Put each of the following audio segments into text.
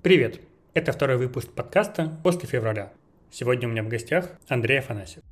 Привет! Это второй выпуск подкаста «После февраля». Сегодня у меня в гостях Андрей Афанасьев.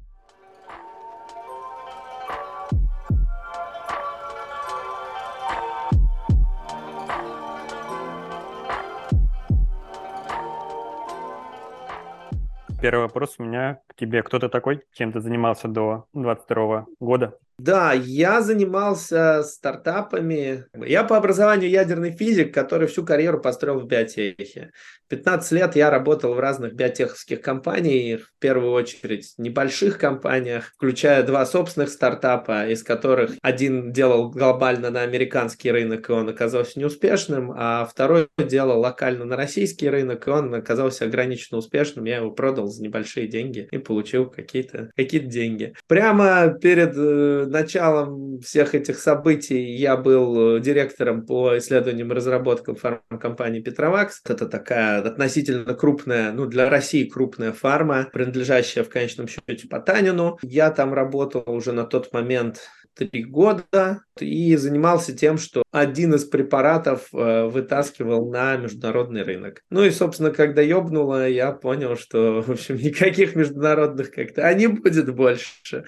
Первый вопрос у меня к тебе. Кто ты такой? Чем ты занимался до 22 года? Да, я занимался стартапами. Я по образованию ядерный физик, который всю карьеру построил в биотехе. 15 лет я работал в разных биотеховских компаниях, в первую очередь небольших компаниях, включая два собственных стартапа, из которых один делал глобально на американский рынок, и он оказался неуспешным, а второй делал локально на российский рынок, и он оказался ограниченно успешным. Я его продал за небольшие деньги и получил какие-то деньги. Прямо перед началом всех этих событий я был директором по исследованиям и разработкам фармкомпании Петровакс. Это такая относительно крупная, для России крупная фарма, принадлежащая в конечном счете Потанину. Я там работал уже на тот момент 3 года и занимался тем, что один из препаратов вытаскивал на международный рынок. Ну и, собственно, когда ёбнуло, я понял, что, в общем, никаких международных как-то не будет больше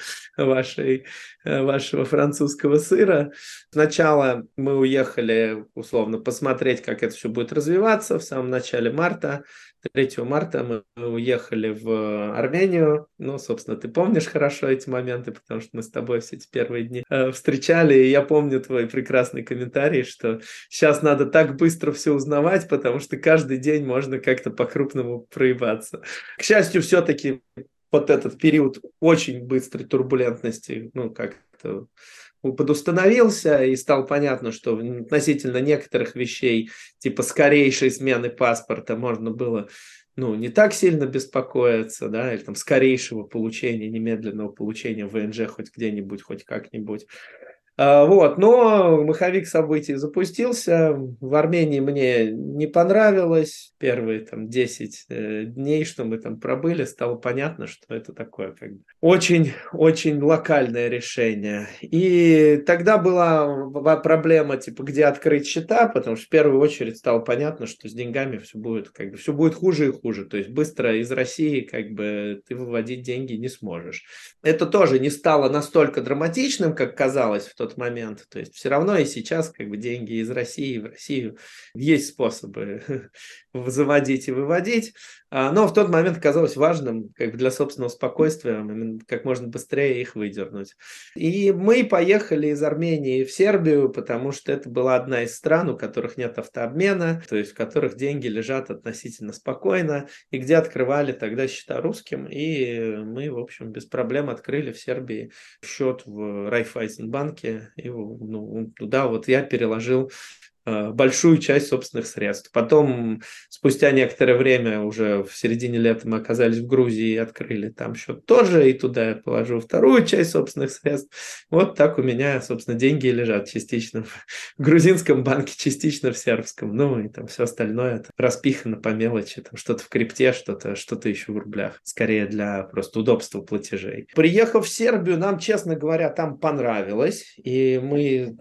вашего французского сыра. Сначала мы уехали, условно, посмотреть, как это все будет развиваться в самом начале марта. 3 марта мы уехали в Армению. Ну, собственно, ты помнишь хорошо эти моменты, потому что мы с тобой все эти первые дни встречали. И я помню твой прекрасный комментарий, что сейчас надо так быстро все узнавать, потому что каждый день можно как-то по-крупному проебаться. К счастью, все-таки вот этот период очень быстрой турбулентности, как-то подустановился, и стало понятно, что относительно некоторых вещей, типа скорейшей смены паспорта, можно было не так сильно беспокоиться, да, или там скорейшего получения, немедленного получения ВНЖ хоть где-нибудь, хоть как-нибудь. Но маховик событий запустился. В Армении мне не понравилось. Первые 10 дней, что мы там пробыли, стало понятно, что это такое очень локальное решение. И тогда была проблема, типа, где открыть счета, потому что в первую очередь стало понятно, что с деньгами все будет хуже и хуже. То есть быстро из России ты выводить деньги не сможешь. Это тоже не стало настолько драматичным, как казалось в тот момент. То есть все равно и сейчас деньги из России в Россию есть способы заводить и выводить. Но в тот момент казалось важным для собственного спокойствия как можно быстрее их выдернуть. И мы поехали из Армении в Сербию, потому что это была одна из стран, у которых нет автообмена, то есть в которых деньги лежат относительно спокойно, и где открывали тогда счета русским. И мы, в общем, без проблем открыли в Сербии счет в Райффайзенбанке. И туда я переложил большую часть собственных средств. Потом, спустя некоторое время, уже в середине лета мы оказались в Грузии и открыли там счет тоже, и туда я положу вторую часть собственных средств. Вот так у меня, собственно, деньги лежат частично в грузинском банке, частично в сербском. Ну и там все остальное это распихано по мелочи, там что-то в крипте, что-то еще в рублях. Скорее для просто удобства платежей. Приехав в Сербию, нам, честно говоря, там понравилось, и мы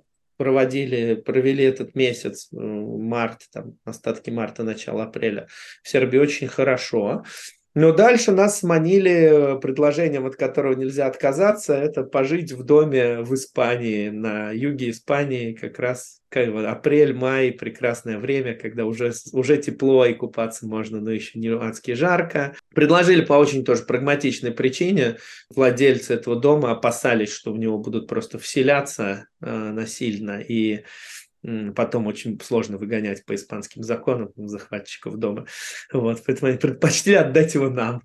провели этот месяц, март, остатки марта, начало апреля в Сербии очень хорошо. Но дальше нас сманили предложением, от которого нельзя отказаться, это пожить в доме в Испании, на юге Испании, как раз апрель-май, прекрасное время, когда уже тепло и купаться можно, но еще не адски жарко. Предложили по очень тоже прагматичной причине. Владельцы этого дома опасались, что в него будут просто вселяться насильно, и потом очень сложно выгонять по испанским законам захватчиков дома. Поэтому они предпочли отдать его нам.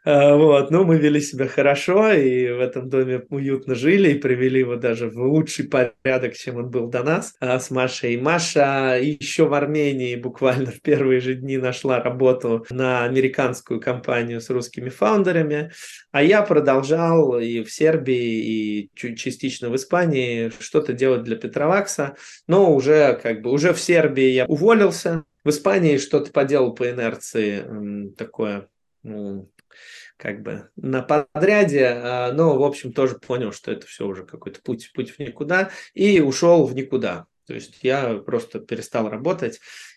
Но мы вели себя хорошо, и в этом доме уютно жили, и привели его даже в лучший порядок, чем он был до нас с Машей. Маша еще в Армении буквально в первые же дни нашла работу на американскую компанию с русскими фаундерами, а я продолжал и в Сербии, и частично в Испании что-то делать для Петровакса, но уже в Сербии я уволился, в Испании что-то поделал по инерции, такое, на подряде, но, в общем, тоже понял, что это все уже какой-то путь в никуда, и ушел в никуда. То есть я просто перестал работать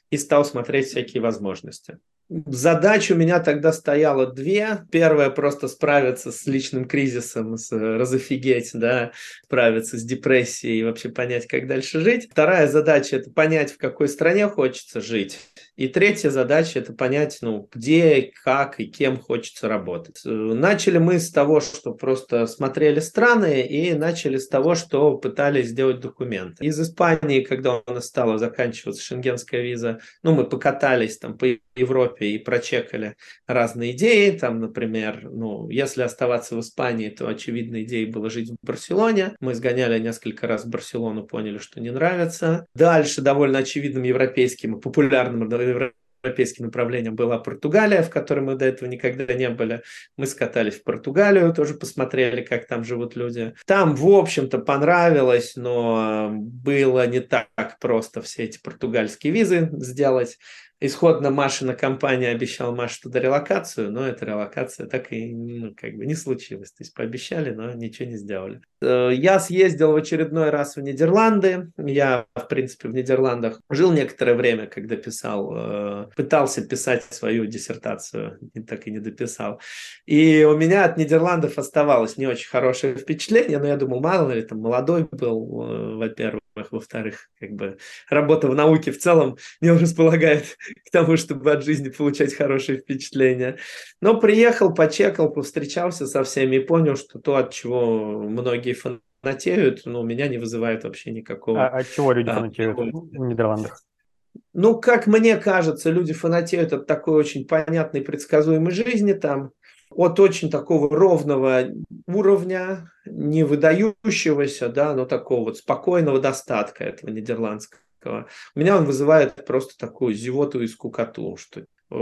и стал смотреть всякие возможности. Задач у меня тогда стояло две. Первая — просто справиться с личным кризисом, разофигеть, да, справиться с депрессией и вообще понять, как дальше жить. Вторая задача — это понять, в какой стране хочется жить. И третья задача — это понять, ну, где, как и кем хочется работать. Начали мы с того, что просто смотрели страны, и начали с того, что пытались сделать документы. Из Испании, когда у нас стала заканчиваться шенгенская виза, ну, мы покатались там по Европе и прочекали разные идеи. Там, например, ну, если оставаться в Испании, то очевидной идеей было жить в Барселоне. Мы сгоняли несколько раз в Барселону, поняли, что не нравится. Дальше довольно очевидным европейским и популярным европейским направлением была Португалия, в которой мы до этого никогда не были. Мы скатались в Португалию, тоже посмотрели, как там живут люди. Там, в общем-то, понравилось, но было не так просто все эти португальские визы сделать. Исходно Машина компания обещала Маше туда релокацию, но эта релокация так и ну, как бы не случилась. То есть пообещали, но ничего не сделали. Я съездил в очередной раз в Нидерланды. Я, в принципе, в Нидерландах жил некоторое время, когда писал, пытался писать свою диссертацию, и так и не дописал. И у меня от Нидерландов оставалось не очень хорошее впечатление, но я думал, мало ли, там молодой был, во-первых. Во-вторых, как бы работа в науке в целом не располагает к тому, чтобы от жизни получать хорошие впечатления. Но приехал, почекал, повстречался со всеми и понял, что то, от чего многие фанатеют, ну, у меня не вызывает вообще А никакого. от чего люди фанатеют в Нидерландах? Ну, как мне кажется, люди фанатеют от такой очень понятной, предсказуемой жизни там, от очень такого ровного уровня, не выдающегося, да, но такого вот спокойного достатка этого нидерландского. У меня он вызывает просто такую зевоту и скукоту, что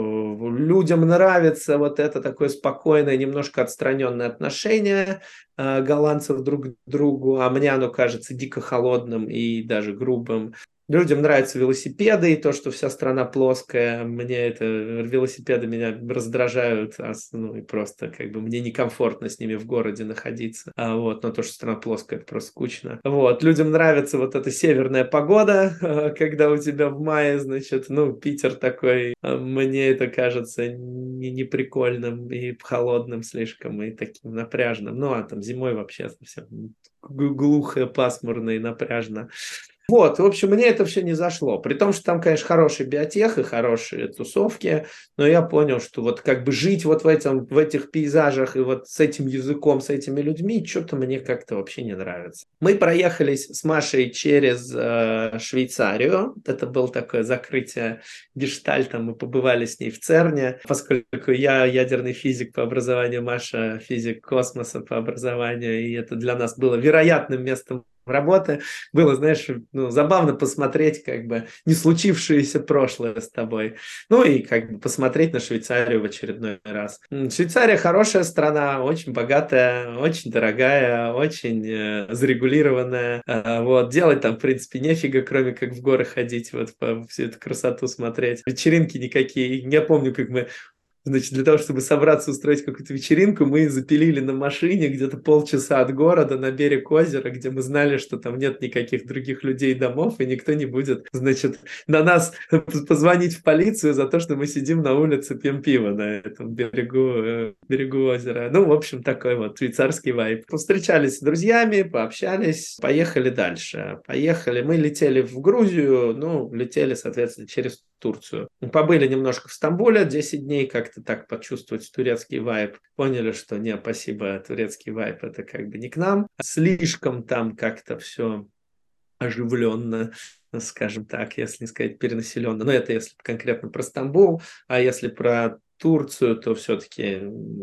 людям нравится вот это такое спокойное, немножко отстраненное отношение голландцев друг к другу, а мне оно кажется дико холодным и даже грубым. Людям нравятся велосипеды, и то, что вся страна плоская, мне это, велосипеды меня раздражают, ну и просто как бы мне некомфортно с ними в городе находиться. Вот, но то, что страна плоская, это просто скучно. Вот, людям нравится вот эта северная погода, когда у тебя в мае, значит, ну, Питер такой, мне это кажется неприкольным и холодным слишком, и таким напряжным. Ну, а там зимой вообще совсем глухо, пасмурно и напряжно. Вот, в общем, мне это все не зашло. При том, что там, конечно, хороший биотех и хорошие тусовки, но я понял, что вот как бы жить вот в этих пейзажах и вот с этим языком, с этими людьми, что-то мне как-то вообще не нравится. Мы проехались с Машей через Швейцарию. Это было такое закрытие гештальта. Мы побывали с ней в ЦЕРНе, поскольку я ядерный физик по образованию, Маша физик космоса по образованию, и это для нас было вероятным местом работы. Было, знаешь, ну, забавно посмотреть как бы не случившееся прошлое с тобой. Ну и как бы посмотреть на Швейцарию в очередной раз. Швейцария хорошая страна, очень богатая, очень дорогая, очень зарегулированная. Вот, делать там, в принципе, нефига, кроме как в горы ходить, вот по всю эту красоту смотреть. Вечеринки никакие. Я помню, как мы значит, для того, чтобы собраться устроить какую-то вечеринку, мы запилили на машине где-то полчаса от города на берег озера, где мы знали, что там нет никаких других людей и домов, и никто не будет, значит, на нас позвонить в полицию за то, что мы сидим на улице, пьем пиво на этом берегу озера. Ну, в общем, такой вот швейцарский вайб. Встречались с друзьями, пообщались, поехали дальше. Поехали, мы летели в Грузию, ну, летели, соответственно, через Турцию. Побыли немножко в Стамбуле, 10 дней, как-то так почувствовать турецкий вайб. Поняли, что не, спасибо, турецкий вайб это как бы не к нам. Слишком там как-то все оживленно, скажем так, если не сказать перенаселенно. Но это если конкретно про Стамбул, а если про Турцию, то все-таки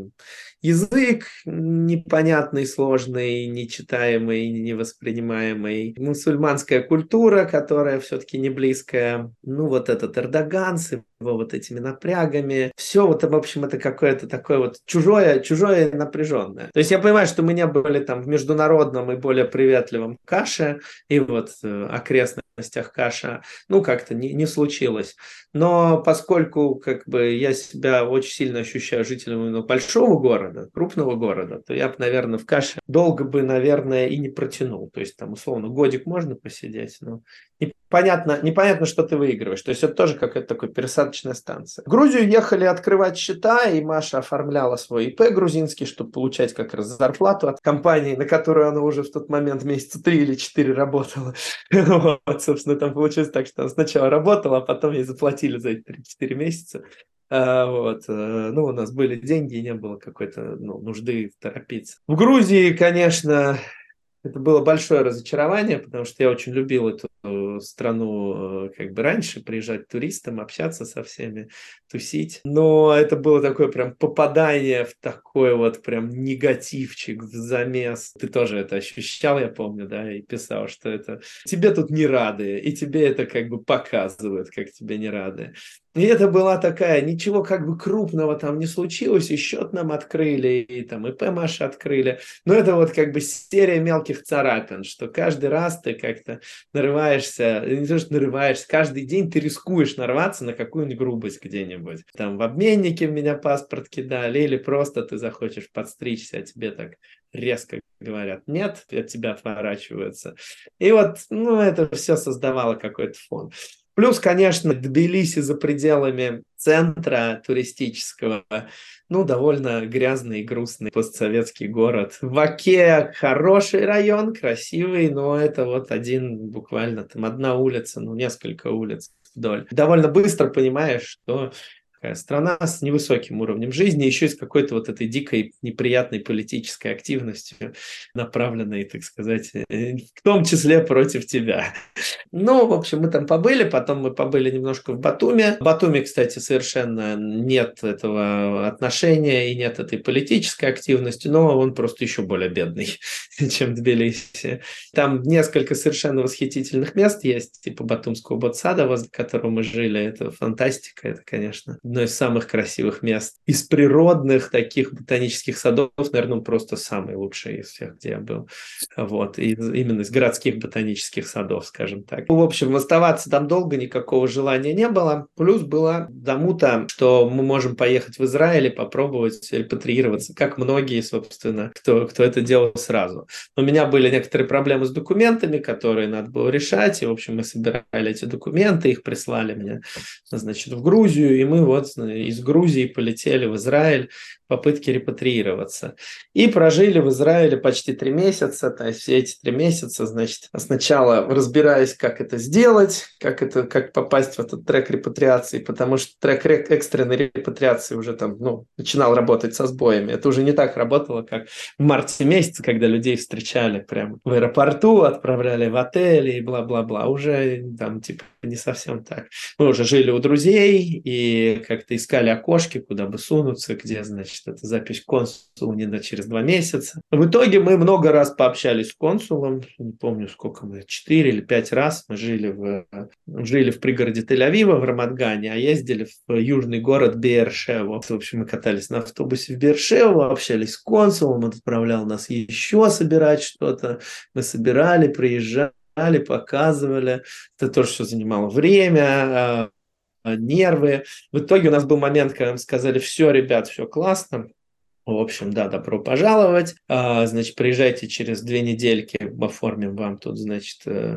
язык непонятный, сложный, нечитаемый, невоспринимаемый. Мусульманская культура, которая все-таки не близкая. Ну, вот этот Эрдоган с вот этими напрягами. Все вот, в общем, это какое-то такое вот чужое и напряженное. То есть я понимаю, что мы не были там в международном и более приветливом Каше, и вот окрестностях Каша, ну, как-то не случилось. Но поскольку как бы я себя очень сильно ощущаю жителем именно большого города, крупного города, то я бы, наверное, в Каше долго бы, наверное, и не протянул. То есть там, условно, годик можно посидеть, но непонятно, что ты выигрываешь. То есть это тоже какая-то такая пересадочная станция. В Грузию ехали открывать счета, и Маша оформляла свой ИП грузинский, чтобы получать как раз зарплату от компании, на которую она уже в тот момент месяца 3 или 4 работала. Вот, собственно, там получилось так, что она сначала работала, а потом ей заплатили за эти 3-4 месяца. Ну, у нас были деньги, и не было какой-то нужды торопиться. В Грузии, конечно, это было большое разочарование, потому что я очень любил эту страну как бы раньше, приезжать туристам, общаться со всеми, тусить. Но это было такое прям попадание в такой вот прям негативчик, в замес. Ты тоже это ощущал, я помню, да, и писал, что это тебе тут не рады, и тебе это как бы показывают, как тебе не рады. И это была такая, ничего как бы крупного там не случилось, и счет нам открыли, и там ИП Маша открыли. Но это вот как бы серия мелких царапин, что каждый раз ты как-то нарываешься, не то что нарываешься, каждый день ты рискуешь нарваться на какую-нибудь грубость где-нибудь. Там в обменнике в меня паспорт кидали, или просто ты захочешь подстричься, а тебе так резко говорят нет, от тебя отворачиваются. И вот, ну, это все создавало какой-то фон. Плюс, конечно, Тбилиси за пределами центра туристического, ну, довольно грязный и грустный постсоветский город. В Оке хороший район, красивый, но это вот буквально там одна улица, ну, несколько улиц вдоль. Довольно быстро понимаешь, что такая страна с невысоким уровнем жизни, еще и с какой-то вот этой дикой неприятной политической активностью, направленной, так сказать, в том числе против тебя. Ну, в общем, мы там побыли, потом мы побыли немножко в Батуми. В Батуми, кстати, совершенно нет этого отношения и нет этой политической активности, но он просто еще более бедный, чем Тбилиси. Там несколько совершенно восхитительных мест есть, типа Батумского ботсада, возле которого мы жили. Это фантастика, это, конечно, одно из самых красивых мест. Из природных таких ботанических садов, наверное, просто самый лучший из всех, где я был. Вот, именно из городских ботанических садов, скажем так. В общем, оставаться там долго никакого желания не было. Плюс было тому-то, что мы можем поехать в Израиль и попробовать репатриироваться, как многие, собственно, кто это делал сразу. У меня были некоторые проблемы с документами, которые надо было решать, и, в общем, мы собирали эти документы, их прислали мне, значит, в Грузию, и мы вот из Грузии полетели в Израиль в попытке репатриироваться. И прожили в Израиле почти 3 месяца, то есть все эти 3 месяца, значит, сначала разбираясь, как это сделать, как попасть в этот трек репатриации, потому что трек экстренной репатриации уже там, начинал работать со сбоями. Это уже не так работало, как в марте месяце, когда людей встречали прямо в аэропорту, отправляли в отели и бла-бла-бла. Уже там типа не совсем так. Мы уже жили у друзей и как-то искали окошки, куда бы сунуться, где, значит, эта запись консула не через 2 месяца. В итоге мы много раз пообщались с консулом, не помню сколько мы, 4 или 5 раз мы жили в пригороде Тель-Авива в Рамадгане, а ездили в южный город Беэр-Шеву. В общем, мы катались на автобусе в Беэр-Шеву, общались с консулом, он отправлял нас еще собирать что-то. Мы собирали, приезжали, показывали. Это тоже все занимало время, нервы. В итоге у нас был момент, когда нам сказали: все, ребят, все классно. В общем, да, добро пожаловать. Значит, приезжайте через 2 недельки, оформим вам тут, значит,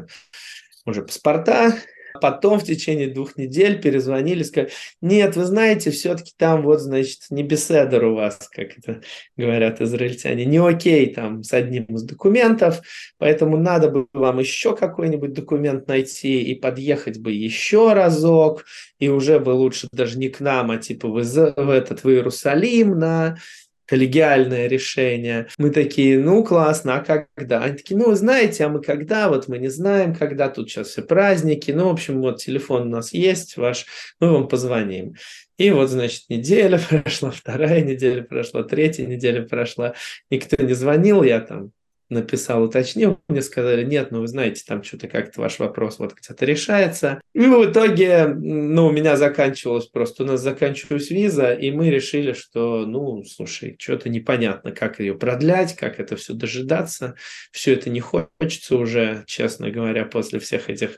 уже паспорта. Потом в течение 2 недель перезвонили, сказали: нет, вы знаете, все-таки там вот, значит, не беседер у вас, как это говорят израильтяне, не окей там с одним из документов, поэтому надо бы вам еще какой-нибудь документ найти и подъехать бы еще разок, и уже бы лучше даже не к нам, а типа в Иерусалим на коллегиальное решение. Мы такие: ну, классно, а когда? Они такие: ну, вы знаете, а мы когда? Вот мы не знаем, когда, тут сейчас все праздники. Ну, в общем, вот телефон у нас есть ваш, мы вам позвоним. И вот, значит, неделя прошла, 2 неделя прошла, 3 неделя прошла. Никто не звонил, я там написал, уточнил, мне сказали, нет, ну вы знаете, там что-то как-то ваш вопрос вот где-то решается. И в итоге, ну, у меня заканчивалась просто, у нас заканчивалась виза, и мы решили, что, ну, слушай, что-то непонятно, как ее продлять, как это все дожидаться, все это не хочется уже, честно говоря, после всех этих,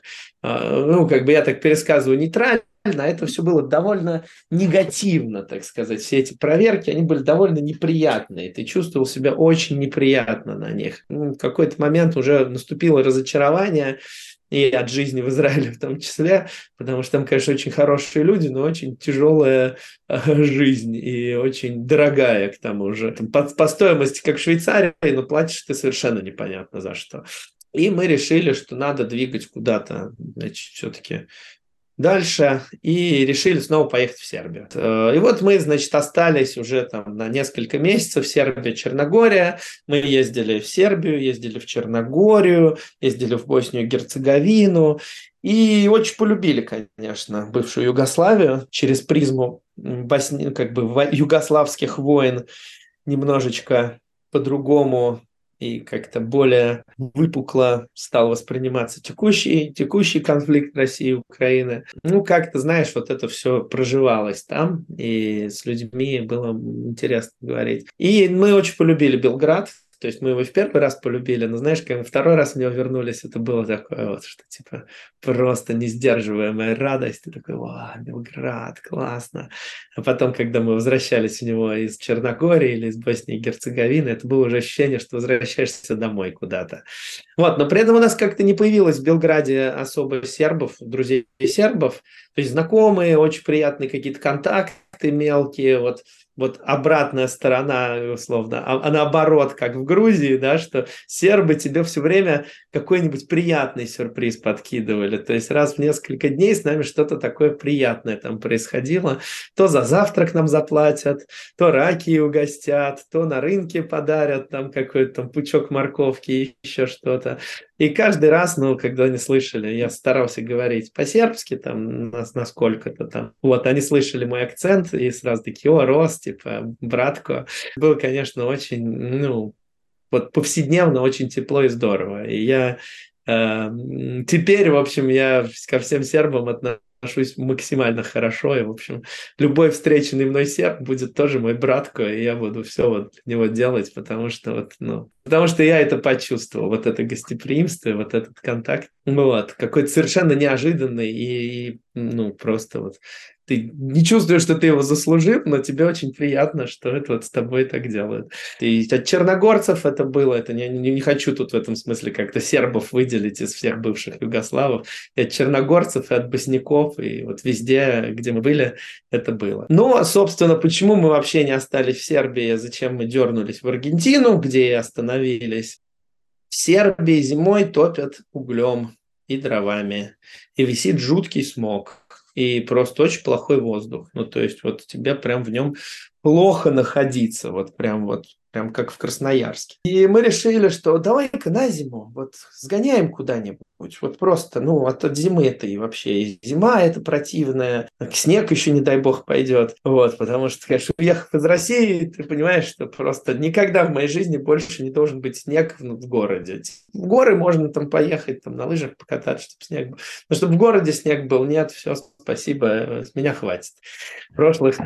ну, как бы я так пересказываю нейтрально, а это все было довольно негативно, так сказать. Все эти проверки, они были довольно неприятные. Ты чувствовал себя очень неприятно на них. Ну, в какой-то момент уже наступило разочарование, и от жизни в Израиле в том числе, потому что там, конечно, очень хорошие люди, но очень тяжелая жизнь и очень дорогая к тому же. Там по стоимости, как в Швейцарии, но платишь ты совершенно непонятно за что. И мы решили, что надо двигать куда-то, значит, все-таки дальше и решили снова поехать в Сербию. И вот мы, значит, остались уже там на несколько месяцев. Сербия, Черногория. Мы ездили в Сербию, ездили в Черногорию, ездили в Боснию и Герцеговину. И очень полюбили, конечно, бывшую Югославию через призму как бы югославских войн немножечко по-другому и как-то более выпукло стал восприниматься текущий конфликт России и Украины. Ну, как-то, знаешь, вот это все проживалось там, и с людьми было интересно говорить. И мы очень полюбили Белград, то есть мы его в первый раз полюбили, но знаешь, когда мы второй раз в него вернулись, это было такое вот, что типа просто несдерживаемая радость. Ты такой, вау, Белград, классно. А потом, когда мы возвращались в него из Черногории или из Боснии и Герцеговины, это было уже ощущение, что возвращаешься домой куда-то. Вот, но при этом у нас как-то не появилось в Белграде особо сербов, друзей сербов, то есть знакомые, очень приятные какие-то контакты мелкие, вот обратная сторона, условно, а наоборот, как в Грузии, да, что сербы тебе все время какой-нибудь приятный сюрприз подкидывали. То есть раз в несколько дней с нами что-то такое приятное там происходило. То за завтрак нам заплатят, то раки угостят, то на рынке подарят там какой-то там пучок морковки, еще что-то. И каждый раз, ну, когда они слышали, я старался говорить по-сербски, там, насколько-то там. Вот, они слышали мой акцент и сразу такие, о, Рос, типа, братко. Было, конечно, очень, ну, вот повседневно очень тепло и здорово. И я теперь, в общем, я ко всем сербам отношусь максимально хорошо. И, в общем, любой встреченный мной серб будет тоже мой братко, и я буду все вот для него делать, потому что вот, ну, потому что я это почувствовал, вот это гостеприимство, вот этот контакт. Ну вот, какой-то совершенно неожиданный и ну, просто вот ты не чувствуешь, что ты его заслужил, но тебе очень приятно, что это вот с тобой так делают. И от черногорцев это было, это не хочу тут в этом смысле как-то сербов выделить из всех бывших югославов, и от черногорцев, и от босняков, и вот везде, где мы были, это было. Но, собственно, почему мы вообще не остались в Сербии, зачем мы дернулись в Аргентину, где и остановились? В Сербии зимой топят углем и дровами, и висит жуткий смог, и просто очень плохой воздух. Ну, то есть вот тебе прям в нем плохо находиться, вот прям как в Красноярске. И мы решили, что давай-ка на зиму, вот сгоняем куда-нибудь, вот просто, ну, от зимы это и вообще, и зима это противная, снег еще, не дай бог, пойдет, вот, потому что, конечно, уехав из России, ты понимаешь, что просто никогда в моей жизни больше не должен быть снег в городе. В горы можно там поехать, там на лыжах покататься, чтобы снег был, но чтобы в городе снег был, нет, все, спасибо, с меня хватит. Прошлых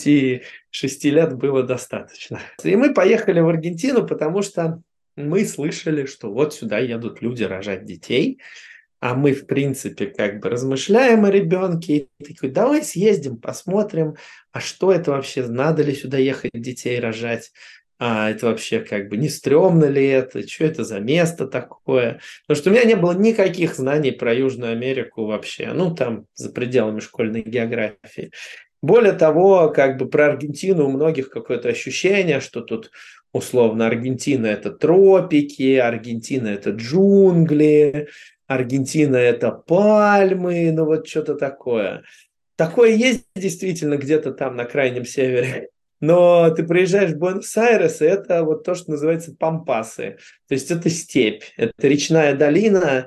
36 лет было достаточно. И мы поехали в Аргентину, потому что мы слышали, что вот сюда едут люди рожать детей, а мы, в принципе, как бы размышляем о ребенке, и такой, давай съездим, посмотрим, а что это вообще, надо ли сюда ехать детей рожать, а это вообще как бы не стрёмно ли это, что это за место такое. Потому что у меня не было никаких знаний про Южную Америку вообще, ну там за пределами школьной географии. Более того, как бы про Аргентину у многих какое-то ощущение, что тут условно Аргентина это тропики, Аргентина это джунгли, Аргентина это пальмы, ну вот что-то такое. Такое есть действительно где-то там на крайнем севере. Но ты приезжаешь в Буэнос-Айрес, и это вот то, что называется пампасы. То есть это степь, это речная долина,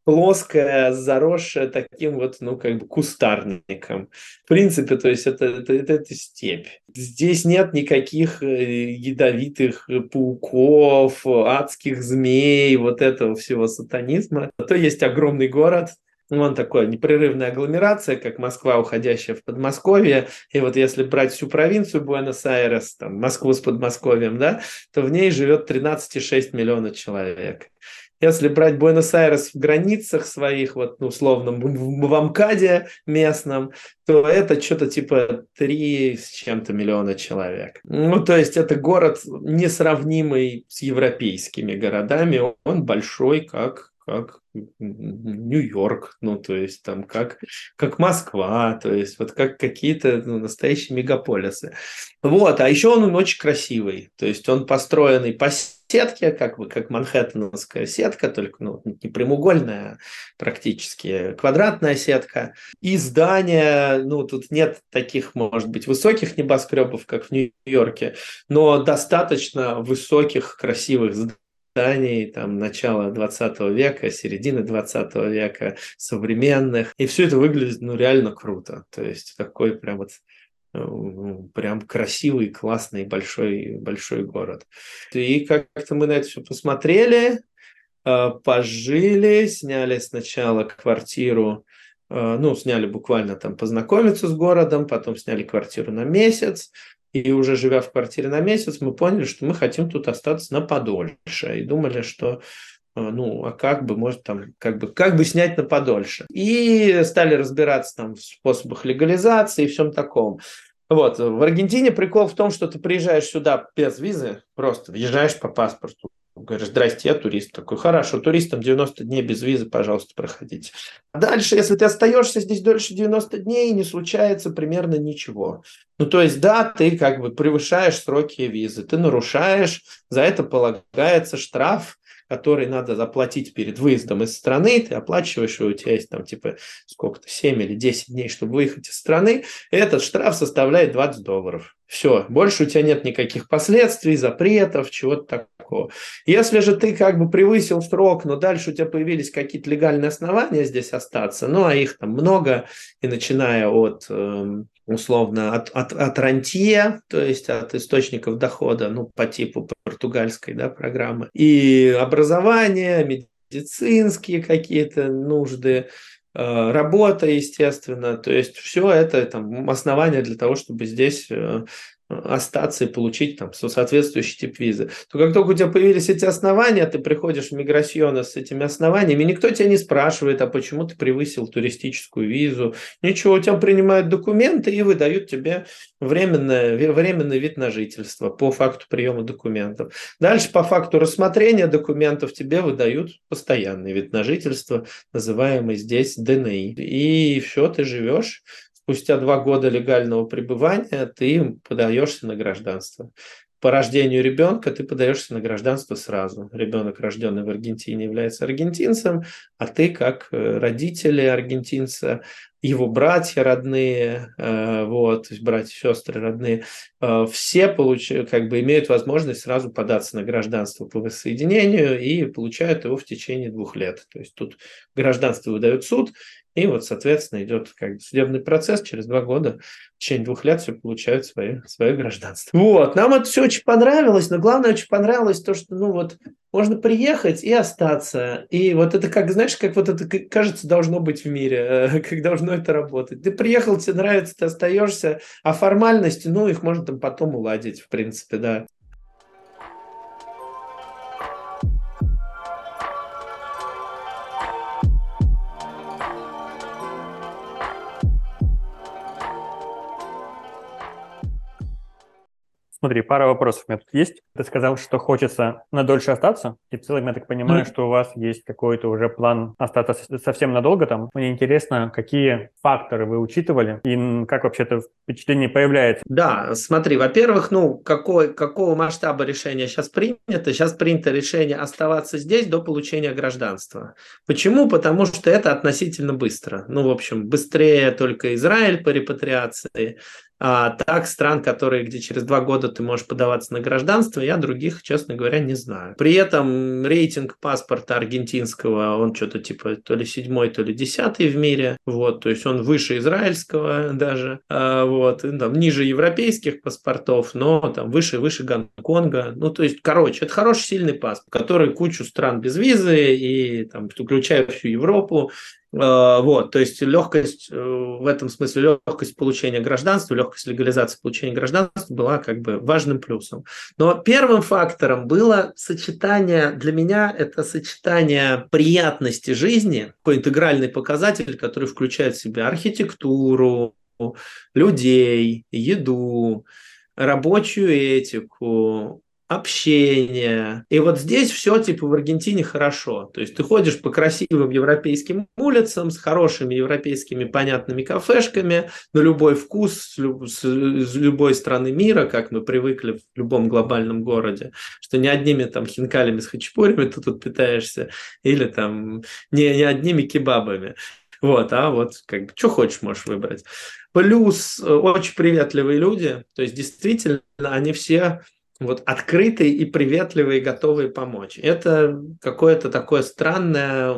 плоская, заросшая таким вот, ну, как бы кустарником. В принципе, то есть это степь. Здесь нет никаких ядовитых пауков, адских змей, вот этого всего сатанизма. То есть огромный город, он такой непрерывная агломерация, как Москва, уходящая в Подмосковье. И вот если брать всю провинцию Буэнос-Айрес, там, Москву с Подмосковьем, да, то в ней живет 13,6 миллиона человек. Если брать Буэнос-Айрес в границах своих, вот, ну, условно, в МКАДе местном, то это что-то типа 3 с чем-то миллиона человек. Ну, то есть это город несравнимый с европейскими городами. Он большой, как Нью-Йорк, ну, то есть там как Москва, то есть вот как какие-то, ну, настоящие мегаполисы. Вот, а еще он очень красивый, то есть он построенный по сетке, как манхэттеновская сетка, только ну, не прямоугольная, а практически квадратная сетка. И здания, ну, тут нет таких, может быть, высоких небоскребов, как в Нью-Йорке, но достаточно высоких, красивых зданий там, начала 20 века, середины 20 века, современных. И все это выглядит ну, реально круто. То есть такой прям вот прям красивый, классный, большой, большой город. И как-то мы на это все посмотрели, пожили, сняли сначала квартиру, ну, сняли буквально там познакомиться с городом, потом сняли квартиру на месяц, и уже живя в квартире на месяц, мы поняли, что мы хотим тут остаться на подольше, и думали, что ну, а как бы, может, там, как бы снять на подольше. И стали разбираться там в способах легализации и всем таком. Вот, в Аргентине прикол в том, что ты приезжаешь сюда без визы, просто въезжаешь по паспорту, говоришь, здрасте, я турист. Такой, хорошо, туристам 90 дней без визы, пожалуйста, проходите. Дальше, если ты остаешься здесь дольше 90 дней, не случается примерно ничего. Ну, то есть, да, ты как бы превышаешь сроки визы, ты нарушаешь, за это полагается штраф, который надо заплатить перед выездом из страны, ты оплачиваешь, и у тебя есть там типа сколько-то, 7 или 10 дней, чтобы выехать из страны, и этот штраф составляет $20. Все, больше у тебя нет никаких последствий, запретов, чего-то такого. Если же ты как бы превысил срок, но дальше у тебя появились какие-то легальные основания здесь остаться, ну а их там много, и начиная от условно от рантье, то есть от источников дохода, ну, по типу португальской, да, программы, и образование, медицинские какие-то нужды, работа, естественно, то есть все это там основания для того, чтобы здесь остаться и получить там соответствующий тип визы. То как только у тебя появились эти основания, ты приходишь в миграсьоны с этими основаниями, никто тебя не спрашивает, а почему ты превысил туристическую визу, ничего, у тебя принимают документы и выдают тебе временный вид на жительство по факту приема документов. Дальше по факту рассмотрения документов тебе выдают постоянный вид на жительство, называемый здесь ДНИ. И все, ты живешь. Спустя 2 года легального пребывания ты подаешься на гражданство. По рождению ребенка ты подаешься на гражданство сразу. Ребенок, рожденный в Аргентине, является аргентинцем, а ты, как родители аргентинца, его братья родные, вот, то есть братья, сестры родные, все как бы имеют возможность сразу податься на гражданство по воссоединению и получают его в течение 2 лет. То есть тут гражданство выдает суд, и вот, соответственно, идет как бы судебный процесс, через 2 года, в течение 2 лет все получают свое гражданство. Вот, нам это все очень понравилось, но главное, очень понравилось то, что, ну вот, можно приехать и остаться. И вот это как, знаешь, как вот это, кажется, должно быть в мире, как должно это работать. Ты приехал, тебе нравится, ты остаешься, а формальности, ну, их можно там потом уладить, в принципе, да. Смотри, пара вопросов у меня тут есть. Ты сказал, что хочется надольше остаться, и в целом я так понимаю, что у вас есть какой-то уже план остаться совсем надолго там. Мне интересно, какие факторы вы учитывали и как вообще это впечатление появляется? Да, смотри, во-первых, ну, какого масштаба решения сейчас принято? Сейчас принято решение оставаться здесь до получения гражданства. Почему? Потому что это относительно быстро. Ну, в общем, быстрее только Израиль по репатриации, А так, стран, где через 2 года ты можешь подаваться на гражданство, я других, честно говоря, не знаю. При этом рейтинг паспорта аргентинского, он что-то типа то ли 7-й, то ли 10-й в мире. Вот, то есть он выше израильского даже. Вот, и, там, ниже европейских паспортов, но там выше Гонконга. Ну, то есть, короче, это хороший, сильный паспорт, который кучу стран без визы и там, включая всю Европу. Вот, то есть легкость в этом смысле, легкость получения гражданства, легкость легализации получения гражданства была как бы важным плюсом. Но первым фактором было сочетание, для меня это сочетание приятности жизни, такой интегральный показатель, который включает в себя архитектуру, людей, еду, рабочую этику, общение. И вот здесь все типа в Аргентине хорошо. То есть ты ходишь по красивым европейским улицам с хорошими европейскими понятными кафешками на любой вкус с любой страны мира, как мы привыкли в любом глобальном городе, что не одними там хинкалями с хачапурями ты тут питаешься или там не одними кебабами. Вот, а вот как бы что хочешь, можешь выбрать. Плюс очень приветливые люди, то есть действительно они все вот открытые и приветливые, готовые помочь. Это какое-то такое странное,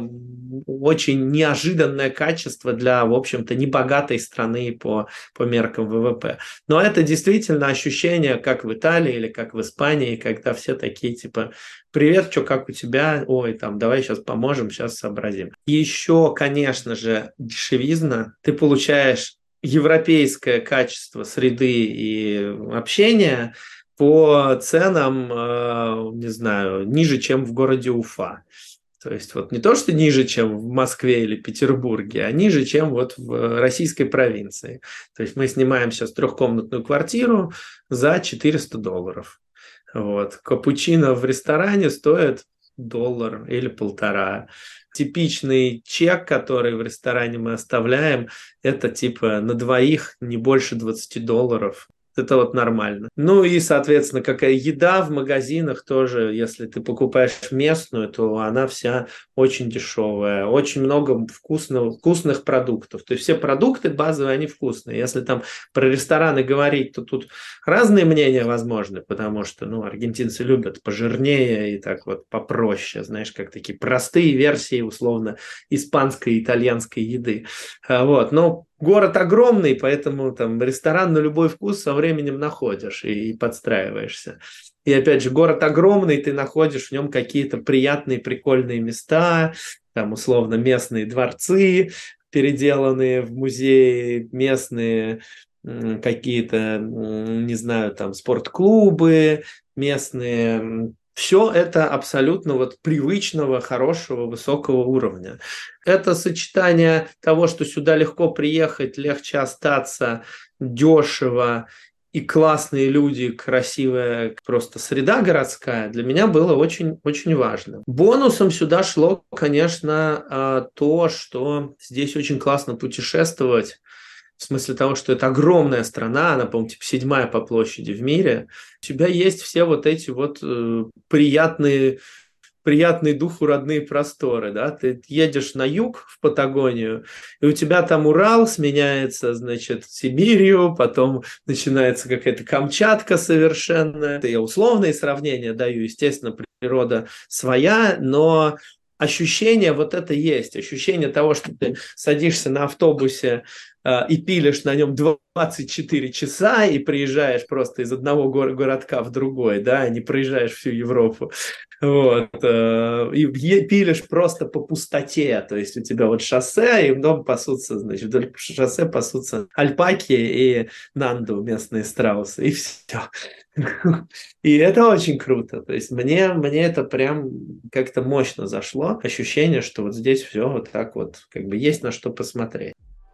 очень неожиданное качество для, в общем-то, небогатой страны по меркам ВВП. Но это действительно ощущение, как в Италии или как в Испании, когда все такие типа: привет, что, как у тебя? Ой, там, давай сейчас поможем, сейчас сообразим. Еще, конечно же, дешевизна. Ты получаешь европейское качество среды и общения по ценам, не знаю, ниже, чем в городе Уфа. То есть вот не то, что ниже, чем в Москве или Петербурге, а ниже, чем вот в российской провинции. То есть мы снимаем сейчас 3-комнатную квартиру за $400. Вот. Капучино в ресторане стоит $1 или 1,5. Типичный чек, который в ресторане мы оставляем, это типа на двоих не больше $20. Это вот нормально. Ну и, соответственно, какая еда в магазинах тоже, если ты покупаешь местную, то она вся очень дешевая. Очень много вкусных продуктов. То есть все продукты базовые, они вкусные. Если там про рестораны говорить, то тут разные мнения возможны, потому что, ну, аргентинцы любят пожирнее и так вот попроще, знаешь, как такие простые версии, условно, испанской и итальянской еды. Вот, но город огромный, поэтому там ресторан на любой вкус со временем находишь и подстраиваешься. И опять же, город огромный, ты находишь в нем какие-то приятные, прикольные места, там условно местные дворцы, переделанные в музеи, местные какие-то, не знаю, там спортклубы, местные. Все это абсолютно вот привычного, хорошего, высокого уровня. Это сочетание того, что сюда легко приехать, легче остаться, дешево и классные люди, красивая просто среда городская, для меня было очень важно. Бонусом сюда шло, конечно, то, что здесь очень классно путешествовать. В смысле того, что это огромная страна, она, по-моему, типа 7-я по площади в мире. У тебя есть все вот эти вот приятные духу родные просторы, да, ты едешь на юг в Патагонию, и у тебя там Урал сменяется, значит, Сибирью, потом начинается какая-то Камчатка совершенно. Это я условные сравнения даю, естественно, природа своя, но ощущение вот это есть, ощущение того, что ты садишься на автобусе и пилишь на нем 24 часа и приезжаешь просто из одного городка в другой, да, не проезжаешь всю Европу. Вот, и пилишь просто по пустоте, то есть у тебя вот шоссе, и вдоль пасутся, значит, вдоль шоссе пасутся альпаки и нанду, местные страусы, и все. И это очень круто, то есть мне это прям как-то мощно зашло, ощущение, что вот здесь все вот так вот, как бы есть на что посмотреть.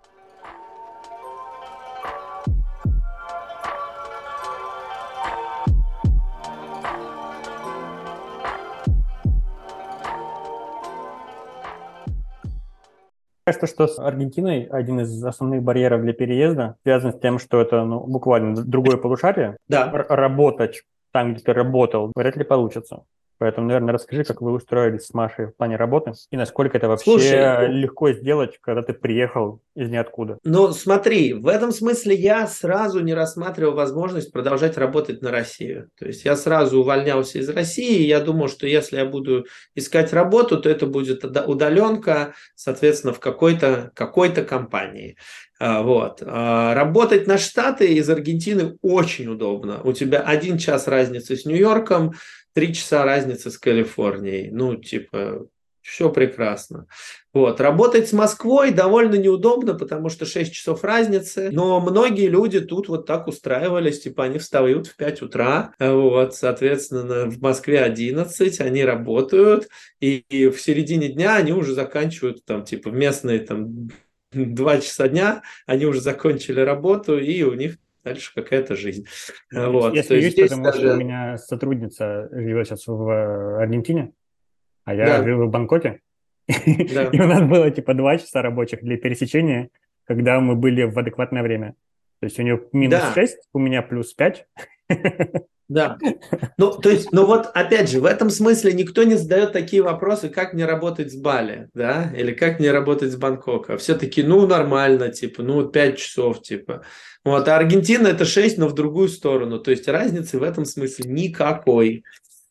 Кажется, что с Аргентиной один из основных барьеров для переезда связан с тем, что это буквально другое полушарие. Да. Работать там, где ты работал, вряд ли получится. Поэтому, наверное, расскажи, как вы устроились с Машей в плане работы и насколько это Слушай, вообще легко сделать, когда ты приехал из ниоткуда. ну, смотри, в этом смысле я сразу не рассматривал возможность продолжать работать на Россию. То есть я сразу увольнялся из России, и я думал, что если я буду искать работу, то это будет удаленка, соответственно, в какой-то компании. Вот. Работать на Штаты из Аргентины очень удобно. У тебя 1 час разницы с Нью-Йорком, 3 часа разницы с Калифорнией. Ну, типа, все прекрасно. Вот. Работать с Москвой довольно неудобно, потому что 6 часов разницы, но многие люди тут вот так устраивались, типа они встают в 5 утра, вот, соответственно, в Москве 11, они работают, и в середине дня они уже заканчивают там, типа, в местные там 2 часа дня, они уже закончили работу, и у них дальше какая-то жизнь. Я Вот, то есть смеюсь, здесь потому что у даже... меня сотрудница живет сейчас в Аргентине, а я Да, жил в Бангкоке. да. И у нас было типа 2 часа рабочих для пересечения, когда мы были в адекватное время. То есть у нее минус Да, 6, у меня плюс 5. да. Ну, то есть, ну вот, опять же, в этом смысле никто не задает такие вопросы, как мне работать с Бали, да, или как мне работать с Бангкока. Все таки ну, нормально, типа, ну, 5 часов, типа. Вот, а Аргентина это 6, но в другую сторону. То есть разницы в этом смысле никакой.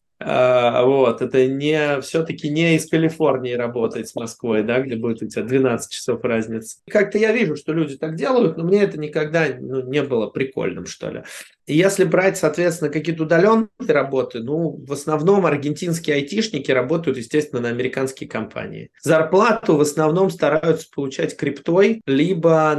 Вот, это не, все-таки не из Калифорнии работать с Москвой, да, где будет у тебя 12 часов разницы. Как-то я вижу, что люди так делают, но мне это никогда ну, не было прикольным, что ли. И если брать, соответственно, какие-то удаленные работы, ну, в основном аргентинские айтишники работают, естественно, на американские компании. Зарплату в основном стараются получать криптой, либо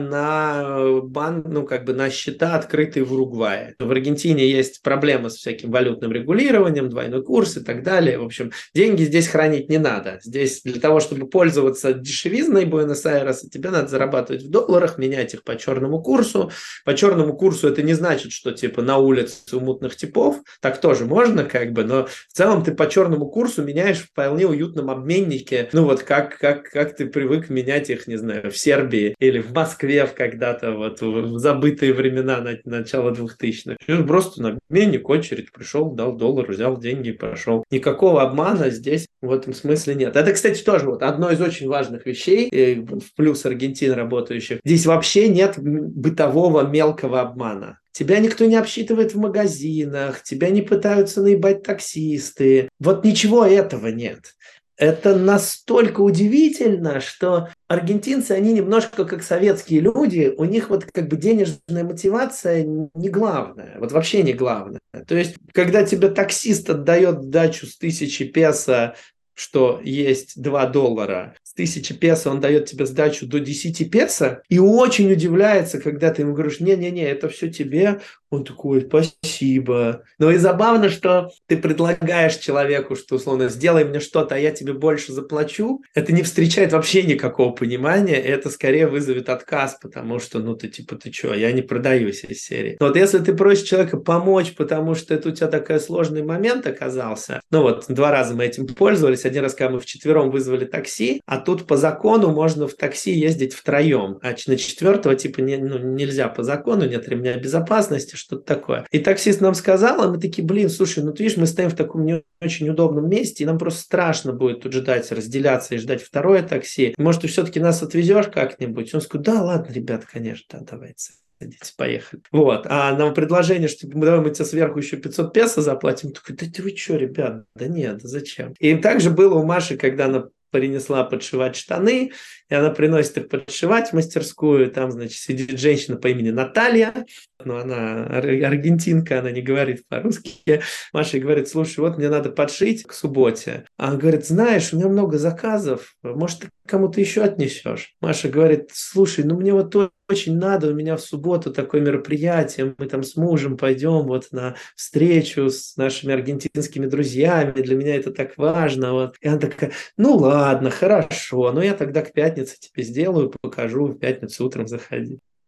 на банк, ну, как бы на счета, открытые в Уругвае. В Аргентине есть проблемы с всяким валютным регулированием, двойной курс и так далее. В общем, деньги здесь хранить не надо. Здесь для того, чтобы пользоваться дешевизной Буэнос-Айреса, тебе надо зарабатывать в долларах, менять их по черному курсу. По черному курсу это не значит, что типа на улице у мутных типов, так тоже можно как бы, но в целом ты по черному курсу меняешь в вполне уютном обменнике, ну вот как ты привык менять их, не знаю, в Сербии или в Москве когда-то вот в забытые времена начала 2000-х. Просто на обменник очередь пришел, дал доллар, взял деньги и пошел. Никакого обмана здесь в этом смысле нет. Это, кстати, тоже вот одно из очень важных вещей, в плюс Аргентин работающих. Здесь вообще нет бытового мелкого обмана. Тебя никто не обсчитывает в магазинах, тебя не пытаются наебать таксисты. Вот ничего этого нет. Это настолько удивительно, что аргентинцы, они немножко как советские люди, у них вот как бы денежная мотивация не главная, вот вообще не главная. То есть, когда тебе таксист отдает дачу с 1000 песо, что есть $2, с 1000 песо он дает тебе сдачу до 10 песо, и очень удивляется, когда ты ему говоришь, не-не-не, это все тебе, он такой, спасибо. Но и забавно, что ты предлагаешь человеку, что, условно, сделай мне что-то, а я тебе больше заплачу. Это не встречает вообще никакого понимания. Это скорее вызовет отказ, потому что, ну, ты типа, ты что, я не продаюсь из серии. Но вот если ты просишь человека помочь, потому что это у тебя такой сложный момент оказался, ну вот, 2 раза мы этим пользовались. 1 раз, когда мы вчетвером вызвали такси, а тут по закону можно в такси ездить втроем, а на 4-го типа нельзя по закону, нет ремня безопасности, что-то такое. И таксист нам сказал, а мы такие, блин, слушай, ну ты видишь, мы стоим в таком не очень удобном месте, и нам просто страшно будет тут ждать, разделяться и ждать второе такси. Может, ты все-таки нас отвезешь как-нибудь? Он сказал, да, ладно, ребят, конечно, да, давайте. Садитесь, поехали. Вот. А нам предложение, что давай мы тебе сверху еще 500 песо заплатим. Такой, да вы что, ребят? Да нет, да зачем? И также было у Маши, когда она принесла подшивать штаны, и она приносит их подшивать в мастерскую, там, значит, сидит женщина по имени Наталья, но она аргентинка, она не говорит по-русски. Маша говорит, слушай, вот мне надо подшить к субботе. А он говорит, знаешь, у меня много заказов, может, ты кому-то еще отнесешь? Маша говорит, слушай, ну мне вот очень надо, у меня в субботу такое мероприятие, мы там с мужем пойдем вот на встречу с нашими аргентинскими друзьями, для меня это так важно. Вот. И она такая, ну ладно, хорошо, но я тогда к пятнице тебе сделаю, покажу, в пятницу утром заходи.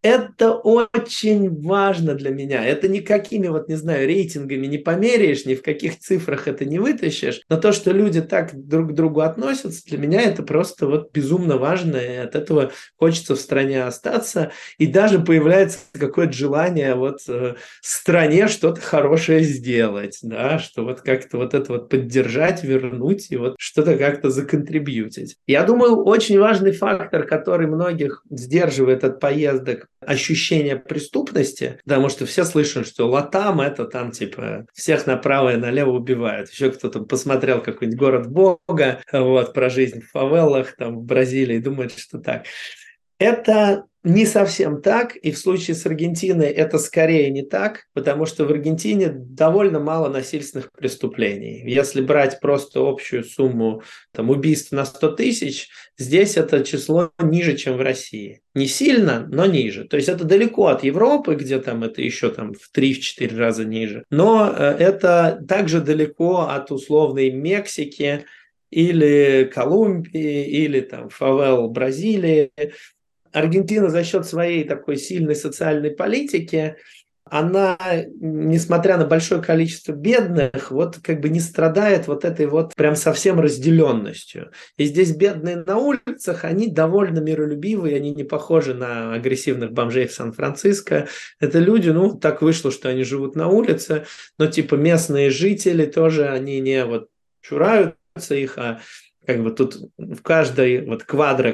Это очень важно для меня. Это никакими, вот не знаю, рейтингами не померяешь, ни в каких цифрах это не вытащишь. Но то, что люди так друг к другу относятся, для меня это просто вот безумно важно. И от этого хочется в стране остаться. И даже появляется какое-то желание вот стране что-то хорошее сделать, да, что вот как-то вот это вот поддержать, вернуть и вот что-то как-то законтрибьютить. Я думаю, очень важный фактор, который многих сдерживает от поездок, ощущение преступности, потому что все слышат, что Латам это там типа всех направо и налево убивают. Еще кто-то посмотрел какой-нибудь «Город Бога», вот, про жизнь в фавелах там в Бразилии, думает, что так. Это не совсем так, и в случае с Аргентиной это скорее не так, потому что в Аргентине довольно мало насильственных преступлений. Если брать просто общую сумму там, убийств на 100 тысяч, здесь это число ниже, чем в России. Не сильно, но ниже. То есть это далеко от Европы, где там это еще там, в 3-4 раза ниже. Но это также далеко от условной Мексики или Колумбии, или там фавел Бразилии. Аргентина за счет своей такой сильной социальной политики, она, несмотря на большое количество бедных, вот как бы не страдает вот этой вот прям совсем разделенностью. И здесь бедные на улицах, они довольно миролюбивые, они не похожи на агрессивных бомжей в Сан-Франциско. Это люди, ну, так вышло, что они живут на улице, но типа местные жители тоже, они не вот чураются их, а как бы тут в каждой вот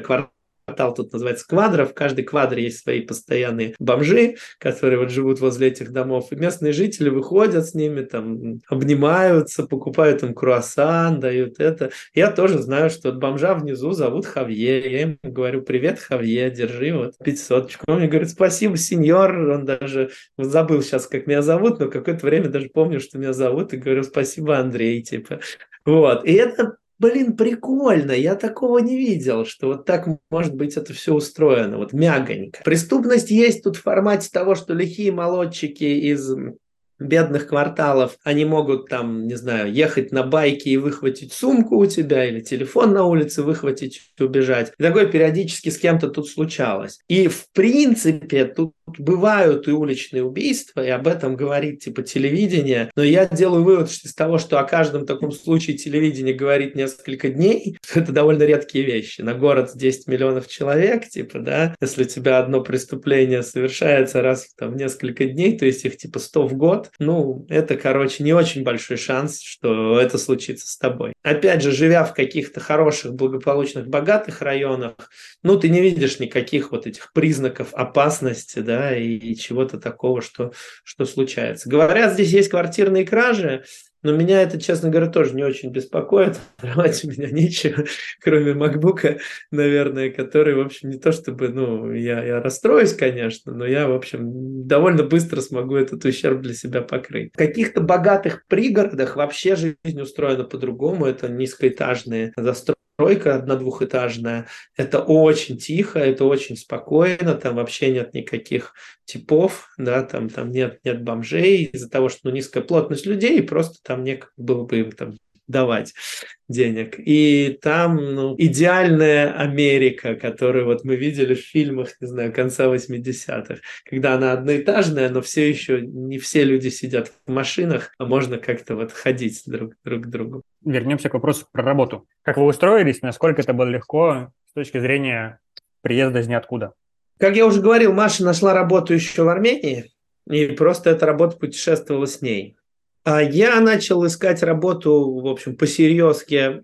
квартал тут называется квадра, в каждой квадре есть свои постоянные бомжи, которые вот живут возле этих домов, и местные жители выходят с ними, там, обнимаются, покупают им круассан, дают это. Я тоже знаю, что бомжа внизу зовут Хавье, я ему говорю: привет, Хавье, держи вот 500. Он мне говорит: спасибо, сеньор, он даже забыл сейчас, как меня зовут, но какое-то время даже помню, что меня зовут, и говорю: спасибо, Андрей, типа. Вот, и это, блин, прикольно, я такого не видел, что вот так может быть это все устроено, вот мягонько. Преступность есть тут в формате того, что лихие молодчики из бедных кварталов, они могут там, не знаю, ехать на байке и выхватить сумку у тебя, или телефон на улице выхватить и убежать. И такое периодически с кем-то тут случалось. И в принципе тут бывают и уличные убийства, и об этом говорит типа телевидение, но я делаю вывод из того, что о каждом таком случае телевидение говорит несколько дней, это довольно редкие вещи. На город 10 миллионов человек, типа, да, если у тебя одно преступление совершается раз в там, несколько дней, то есть их типа 100 в год, ну, это, короче, не очень большой шанс, что это случится с тобой. Опять же, живя в каких-то хороших, благополучных, богатых районах, ну, ты не видишь никаких вот этих признаков опасности, да, и чего-то такого, что случается. Говорят, здесь есть квартирные кражи, но меня это, честно говоря, тоже не очень беспокоит. Воровать у меня нечего, кроме макбука, наверное, который, в общем, не то чтобы, ну, я расстроюсь, конечно, но я, в общем, довольно быстро смогу этот ущерб для себя покрыть. В каких-то богатых пригородах вообще жизнь устроена по-другому. Это низкоэтажные застройки, одно-двухэтажная, это очень тихо, это очень спокойно, там вообще нет никаких типов, да, там нет бомжей из-за того, что низкая плотность людей, просто там некому было бы им там давать денег. И там идеальная Америка, которую вот мы видели в фильмах, не знаю, конца 80-х, когда она одноэтажная, но все еще не все люди сидят в машинах, а можно как-то вот ходить друг к другу. Вернемся к вопросу про работу. Как вы устроились, насколько это было легко с точки зрения приезда из ниоткуда? Как я уже говорил, Маша нашла работу еще в Армении, и просто эта работа путешествовала с ней. А я начал искать работу, в общем, посерьезки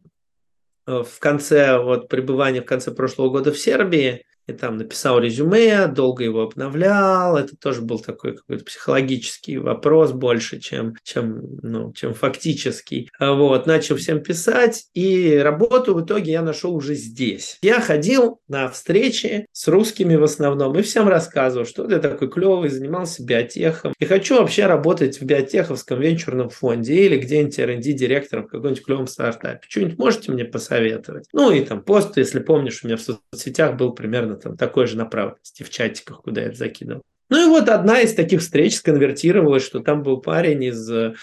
в конце вот, пребывания в конце прошлого года в Сербии. И там написал резюме, долго его обновлял. Это тоже был такой какой-то психологический вопрос больше, чем фактический. Вот, начал всем писать, и работу в итоге я нашел уже здесь. Я ходил на встречи с русскими в основном и всем рассказывал, что я такой клевый, занимался биотехом. И хочу вообще работать в биотеховском венчурном фонде или где-нибудь R&D-директором в каком-нибудь клевом стартапе. Что-нибудь можете мне посоветовать? Ну и там пост, если помнишь, у меня в соцсетях был примерно там такой же направленности в чатиках, куда я это закидывал. Ну и вот одна из таких встреч сконвертировалась, что там был парень из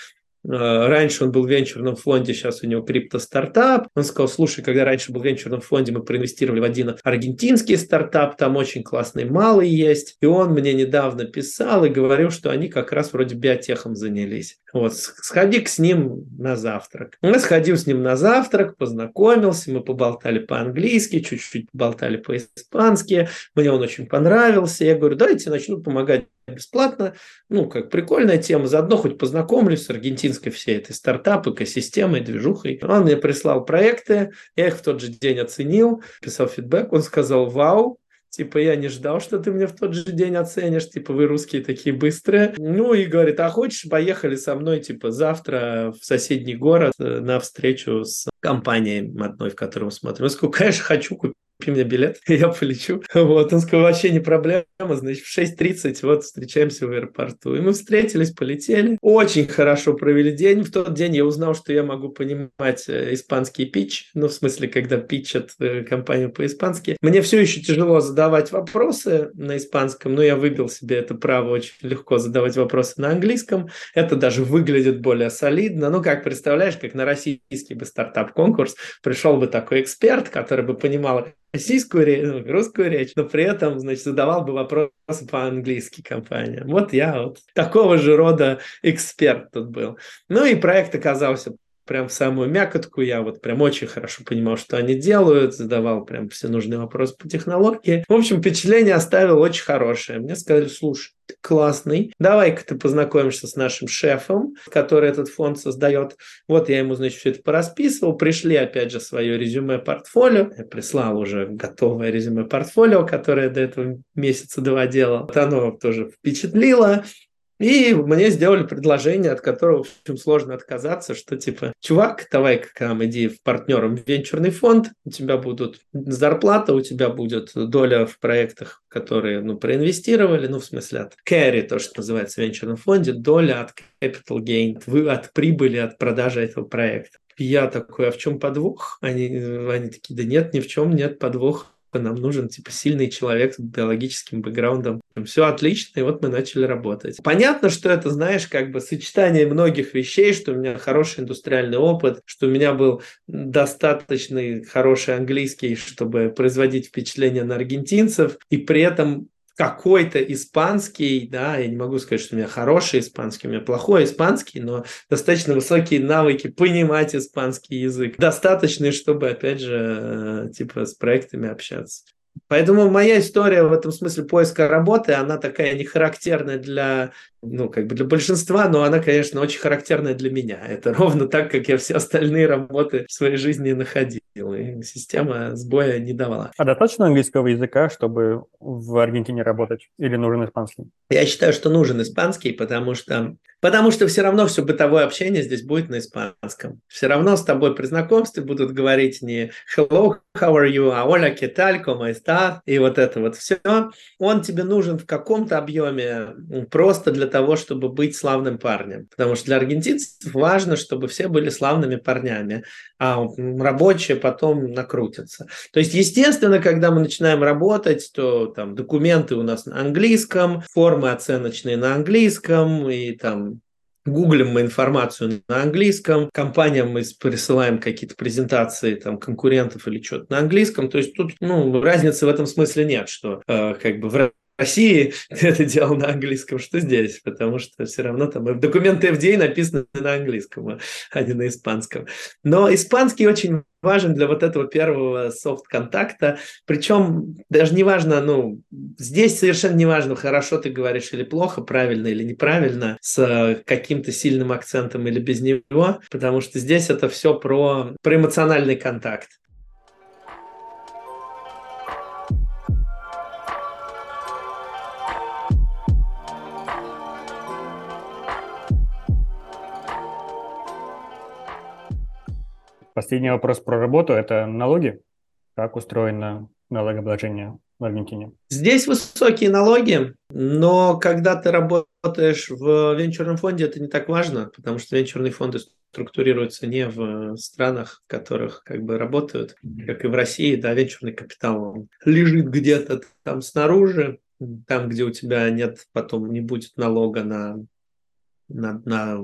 Раньше он был в венчурном фонде, сейчас у него крипто-стартап. Он сказал, слушай, когда раньше был в венчурном фонде, мы проинвестировали в один аргентинский стартап, там очень классный малый есть. И он мне недавно писал и говорил, что они как раз вроде биотехом занялись. Вот, сходи с ним на завтрак. Мы сходил с ним на завтрак, познакомился, мы поболтали по-английски, чуть-чуть поболтали по-испански. Мне он очень понравился. Я говорю, давайте начну помогать бесплатно. Ну, как прикольная тема. Заодно хоть познакомлюсь с аргентинской всей этой стартап-экосистемой, движухой. Он мне прислал проекты, я их в тот же день оценил, писал фидбэк, он сказал, вау, типа, я не ждал, что ты мне в тот же день оценишь. Типа, вы русские такие быстрые. Ну, и говорит, а хочешь, поехали со мной, типа, завтра в соседний город на встречу с компанией одной, в которой мы смотрим. Я сказал, конечно, хочу, купи мне билет, и я полечу. Вот, он сказал, вообще не проблема, значит, в 6:30 вот встречаемся в аэропорту. И мы встретились, полетели. Очень хорошо провели день. В тот день я узнал, что я могу понимать испанский питч, ну, в смысле, когда питчат компанию по-испански. Мне все еще тяжело задавать вопросы на испанском, но я выбил себе это право очень легко задавать вопросы на английском. Это даже выглядит более солидно. Ну, как представляешь, как на российский бы стартап-конкурс пришел бы такой эксперт, который бы понимал российскую речь, русскую речь, но при этом, значит, задавал бы вопросы по-английски компаниям. Вот я вот такого же рода эксперт тут был. Ну и проект оказался прям в самую мякотку. Я вот прям очень хорошо понимал, что они делают, задавал прям все нужные вопросы по технологии. В общем, впечатление оставил очень хорошее. Мне сказали, слушай, ты классный, давай-ка ты познакомишься с нашим шефом, который этот фонд создает. Вот я ему, значит, все это порасписывал. Пришли, опять же, свое резюме-портфолио. Я прислал уже готовое резюме-портфолио, которое до этого месяца 2 делал. Вот оно тоже впечатлило. И мне сделали предложение, от которого, в общем, сложно отказаться, что типа, чувак, давай-ка к нам иди в партнером в венчурный фонд, у тебя будут зарплата, у тебя будет доля в проектах, которые, ну, проинвестировали, ну, в смысле от carry, то, что называется в венчурном фонде, доля от capital gain, от прибыли от продажи этого проекта. Я такой, а в чем подвох? Они такие, да нет, ни в чем нет подвоха. Нам нужен типа сильный человек с биологическим бэкграундом. Все отлично, и вот мы начали работать. Понятно, что это, знаешь, как бы сочетание многих вещей, что у меня хороший индустриальный опыт, что у меня был достаточно хороший английский, чтобы производить впечатление на аргентинцев, и при этом какой-то испанский, да, я не могу сказать, что у меня хороший испанский, у меня плохой испанский, но достаточно высокие навыки понимать испанский язык, достаточные, чтобы, опять же, типа с проектами общаться. Поэтому моя история в этом смысле поиска работы, она такая не характерная для, ну, как бы для большинства, но она, конечно, очень характерная для меня. Это ровно так, как я все остальные работы в своей жизни находил. И система сбоя не давала. А достаточно английского языка, чтобы в Аргентине работать? Или нужен испанский? Я считаю, что нужен испанский, потому что все равно все бытовое общение здесь будет на испанском. Все равно с тобой при знакомстве будут говорить не hello, how are you, а hola, ¿qué tal, cómo estás? И вот это вот все. Он тебе нужен в каком-то объеме просто для того, чтобы быть славным парнем. Потому что для аргентинцев важно, чтобы все были славными парнями, а рабочие потом накрутятся. То есть, естественно, когда мы начинаем работать, то там документы у нас на английском, формы оценочные на английском, и там гуглим мы информацию на английском, компаниям мы присылаем какие-то презентации там, конкурентов или что-то на английском. То есть тут разницы в этом смысле нет, что как бы в России ты это делал на английском, что здесь, потому что все равно там документы FDA написаны на английском, а не на испанском. Но испанский очень важен для вот этого первого софт-контакта, причем даже не важно, здесь совершенно не важно, хорошо ты говоришь или плохо, правильно или неправильно, с каким-то сильным акцентом или без него, потому что здесь это все про эмоциональный контакт. Последний вопрос про работу – это налоги. Как устроено налогообложение в Аргентине? Здесь высокие налоги, но когда ты работаешь в венчурном фонде, это не так важно, потому что венчурные фонды структурируются не в странах, в которых как бы работают, как и в России, да, венчурный капитал он лежит где-то там снаружи, там, где у тебя нет, потом не будет налога на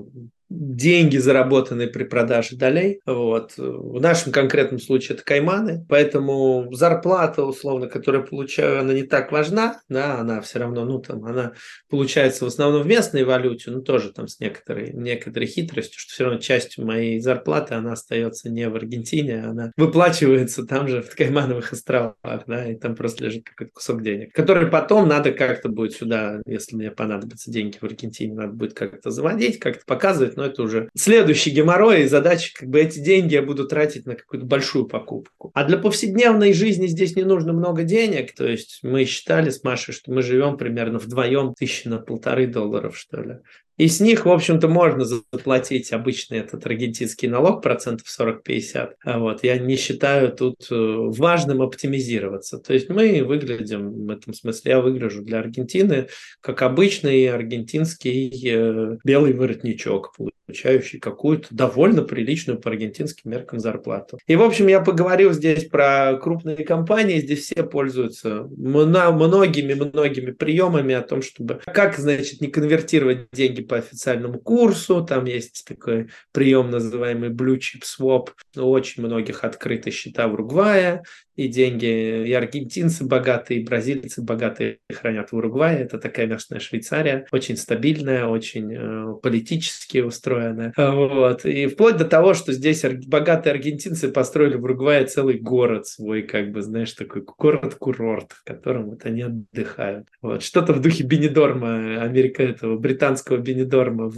деньги, заработанные при продаже долей. Вот. В нашем конкретном случае это Кайманы, поэтому зарплата, условно, которую я получаю, она не так важна, да, она все равно, ну, там, она получается в основном в местной валюте, но тоже там с некоторой хитростью, что все равно часть моей зарплаты, она остается не в Аргентине, она выплачивается там же, в Каймановых островах, да, и там просто лежит какой-то кусок денег, который потом надо как-то будет сюда, если мне понадобятся деньги в Аргентине, надо будет как-то заводить, как-то показывать, но это уже следующий геморрой и задача, как бы эти деньги я буду тратить на какую-то большую покупку. А для повседневной жизни здесь не нужно много денег, то есть мы считали с Машей, что мы живем примерно вдвоем $1,500, что ли. И с них, в общем-то, можно заплатить обычный этот аргентинский налог, процентов 40-50. Вот. Я не считаю тут важным оптимизироваться. То есть мы выглядим, в этом смысле я выгляжу для Аргентины как обычный аргентинский белый воротничок, получающий какую-то довольно приличную по аргентинским меркам зарплату. И, в общем, я поговорил здесь про крупные компании, здесь все пользуются многими приемами о том, чтобы как, значит, не конвертировать деньги по официальному курсу, там есть такой прием, называемый Blue Chip Swap, у очень многих открыты счета в Уругвае, и деньги, и аргентинцы богатые, и бразильцы богатые хранят в Уругвае. Это такая местная Швейцария, очень стабильная, очень политически устроенная. Вот. И вплоть до того, что здесь богатые аргентинцы построили в Уругвае целый город свой, как бы, знаешь, такой город-курорт, в котором вот они отдыхают. Вот. Что-то в духе Бенидорма, этого британского Бенидорма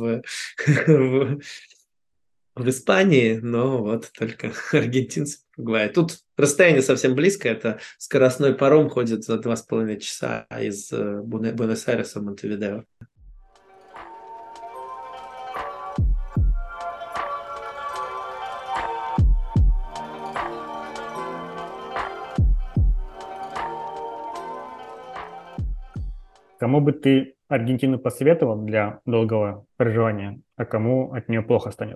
в Испании, но вот только аргентинцы в Уругвае. Тут расстояние совсем близко, это скоростной паром ходит за 2,5 часа из Буэнос-Айреса в Монтевидео. Кому бы ты Аргентину посоветовал для долгого проживания, а кому от нее плохо станет?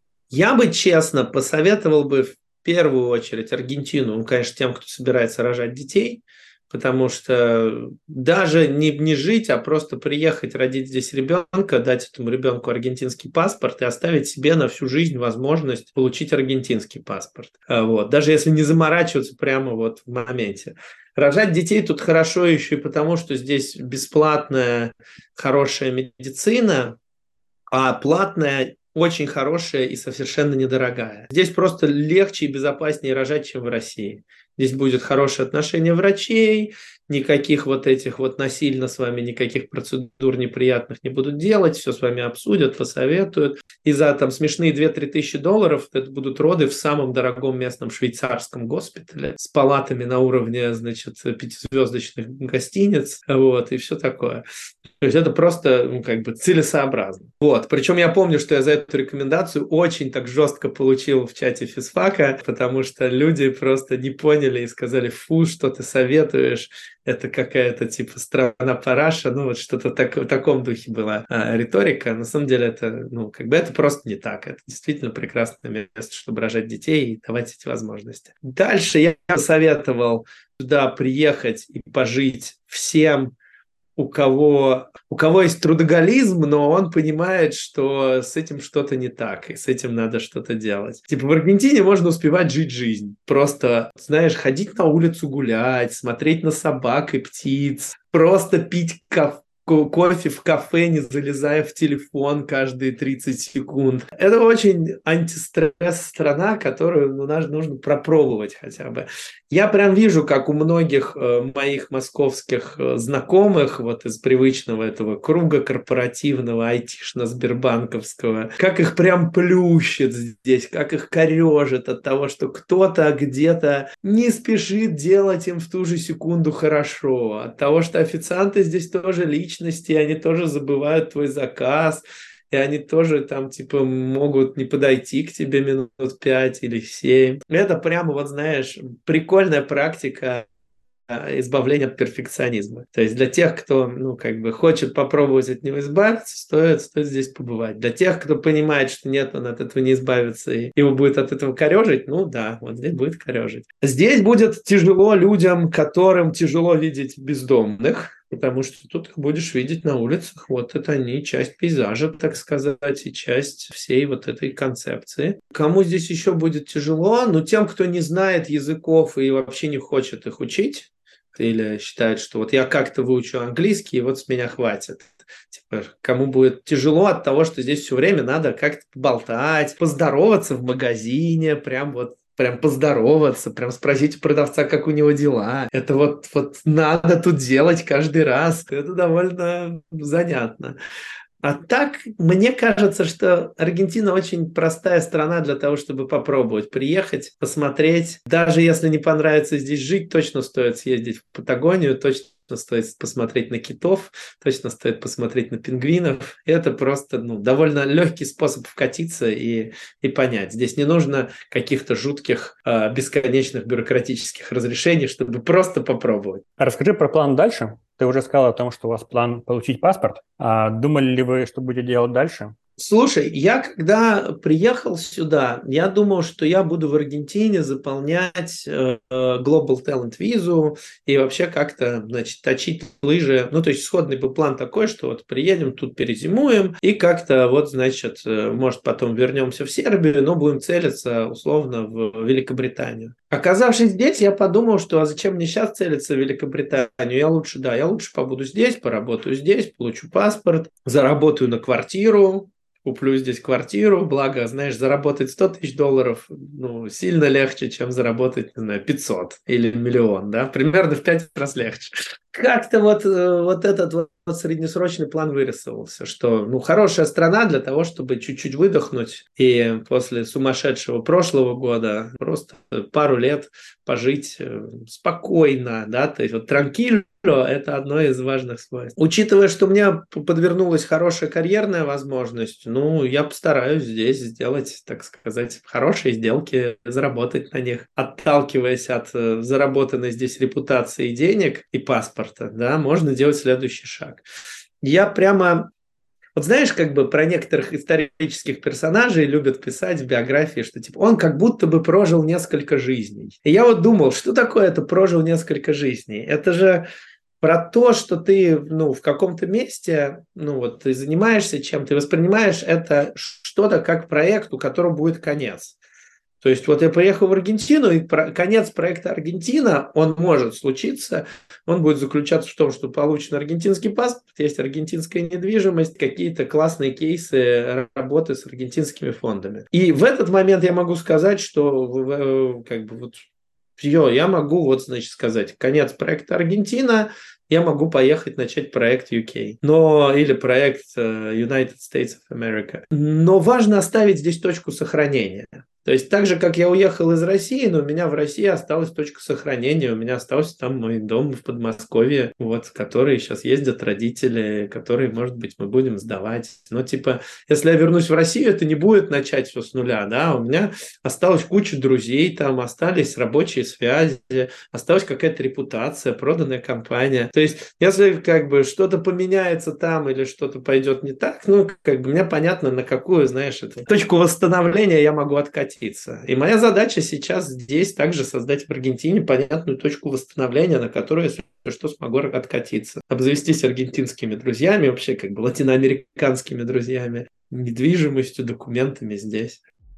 Я бы, честно, посоветовал бы в первую очередь Аргентину, ну, конечно, тем, кто собирается рожать детей, потому что даже не жить, а просто приехать, родить здесь ребенка, дать этому ребенку аргентинский паспорт и оставить себе на всю жизнь возможность получить аргентинский паспорт. Вот. Даже если не заморачиваться прямо вот в моменте. Рожать детей тут хорошо еще и потому, что здесь бесплатная хорошая медицина, а платная очень хорошая и совершенно недорогая. Здесь просто легче и безопаснее рожать, чем в России. Здесь будет хорошее отношение врачей, никаких вот этих вот насильно с вами, никаких процедур неприятных не будут делать, все с вами обсудят, посоветуют. И за там смешные 2-3 тысячи долларов это будут роды в самом дорогом местном швейцарском госпитале с палатами на уровне, значит, 5-звездочных гостиниц, вот, и все такое. То есть это просто, ну, как бы целесообразно. Вот. Причем я помню, что я за эту рекомендацию очень так жестко получил в чате физфака, потому что люди просто не поняли и сказали: фу, что ты советуешь, это какая-то типа страна параша, ну вот что-то в таком духе была риторика. На самом деле это, ну, как бы это просто не так. Это действительно прекрасное место, чтобы рожать детей и давать эти возможности. Дальше я советовал туда приехать и пожить всем, у кого есть трудоголизм, но он понимает, что с этим что-то не так, и с этим надо что-то делать. Типа в Аргентине можно успевать жить жизнь. Просто, знаешь, ходить на улицу гулять, смотреть на собак и птиц, просто пить кофе в кафе, не залезая в телефон каждые 30 секунд. Это очень антистресс страна, которую нужно пропробовать хотя бы. Я прям вижу, как у многих моих московских знакомых вот из привычного этого круга корпоративного, айтишно-сбербанковского, как их прям плющит здесь, как их корежит от того, что кто-то где-то не спешит делать им в ту же секунду хорошо, от того, что официанты здесь тоже личности, они тоже забывают твой заказ, и они тоже там типа могут не подойти к тебе минут 5 или 7. Это прямо, вот знаешь, прикольная практика избавления от перфекционизма. То есть для тех, кто, ну, как бы хочет попробовать от него избавиться, стоит здесь побывать. Для тех, кто понимает, что нет, он от этого не избавится, и его будет от этого корежить, ну да, вот здесь будет корежить. Здесь будет тяжело людям, которым тяжело видеть бездомных, потому что тут их будешь видеть на улицах. Вот это они, часть пейзажа, так сказать, и часть всей вот этой концепции. Кому здесь еще будет тяжело? Ну, тем, кто не знает языков и вообще не хочет их учить, или считает, что вот я как-то выучу английский, и вот с меня хватит. Типа, кому будет тяжело от того, что здесь все время надо как-то болтать, поздороваться в магазине, прям поздороваться, прям спросить у продавца, как у него дела. Это вот надо тут делать каждый раз. Это довольно занятно. А так, мне кажется, что Аргентина очень простая страна для того, чтобы попробовать приехать, посмотреть. Даже если не понравится здесь жить, точно стоит съездить в Патагонию, точно стоит посмотреть на китов, точно стоит посмотреть на пингвинов. Это просто довольно легкий способ вкатиться и понять. Здесь не нужно каких-то жутких, бесконечных бюрократических разрешений, чтобы просто попробовать. А расскажи про план дальше. Ты уже сказал о том, что у вас план получить паспорт. А думали ли вы, что будете делать дальше? Слушай, я когда приехал сюда, я думал, что я буду в Аргентине заполнять Global Talent визу и вообще как-то, значит, точить лыжи. Ну, то есть исходный был план такой, что вот приедем, тут перезимуем и как-то вот, значит, может, потом вернемся в Сербию, но будем целиться условно в Великобританию. Оказавшись здесь, я подумал, что а зачем мне сейчас целиться в Великобританию? Я лучше побуду здесь, поработаю здесь, получу паспорт, заработаю на квартиру, куплю здесь квартиру, благо, знаешь, заработать 100 тысяч долларов, сильно легче, чем заработать, не знаю, 500 или миллион, да, примерно в 5 раз легче. Как-то вот этот вот среднесрочный план вырисовался, что, хорошая страна для того, чтобы чуть-чуть выдохнуть и после сумасшедшего прошлого года просто пару лет пожить спокойно, да, то есть вот tranquilo — это одно из важных свойств. Учитывая, что мне подвернулась хорошая карьерная возможность, я постараюсь здесь сделать, так сказать, хорошие сделки, заработать на них, отталкиваясь от заработанной здесь репутации и денег и паспорта, да, можно делать следующий шаг. Я прямо... Вот знаешь, как бы про некоторых исторических персонажей любят писать в биографии, что типа он как будто бы прожил несколько жизней. И я вот думал, что такое это прожил несколько жизней? Это же про то, что ты, в каком-то месте, ты занимаешься чем, ты воспринимаешь это что-то как проект, у которого будет конец. То есть вот я приехал в Аргентину, и конец проекта Аргентина, он может случиться, он будет заключаться в том, что получен аргентинский паспорт, есть аргентинская недвижимость, какие-то классные кейсы работы с аргентинскими фондами. И в этот момент я могу сказать, что я могу сказать, конец проекта Аргентина, я могу поехать начать проект UK, или проект United States of America. Но важно оставить здесь точку сохранения. То есть так же, как я уехал из России, но у меня в России осталась точка сохранения, у меня остался там мой дом в Подмосковье, в который сейчас ездят родители, которые, может быть, мы будем сдавать. Но если я вернусь в Россию, это не будет начать все с нуля, да, у меня осталась куча друзей там, остались рабочие связи, осталась какая-то репутация, проданная компания. То есть, если что-то поменяется там или что-то пойдет не так, мне понятно, на какую, точку восстановления я могу откатиться. И моя задача сейчас здесь также создать в Аргентине понятную точку восстановления, на которую, если что, смогу откатиться. Обзавестись аргентинскими друзьями, вообще латиноамериканскими друзьями, недвижимостью, документами здесь.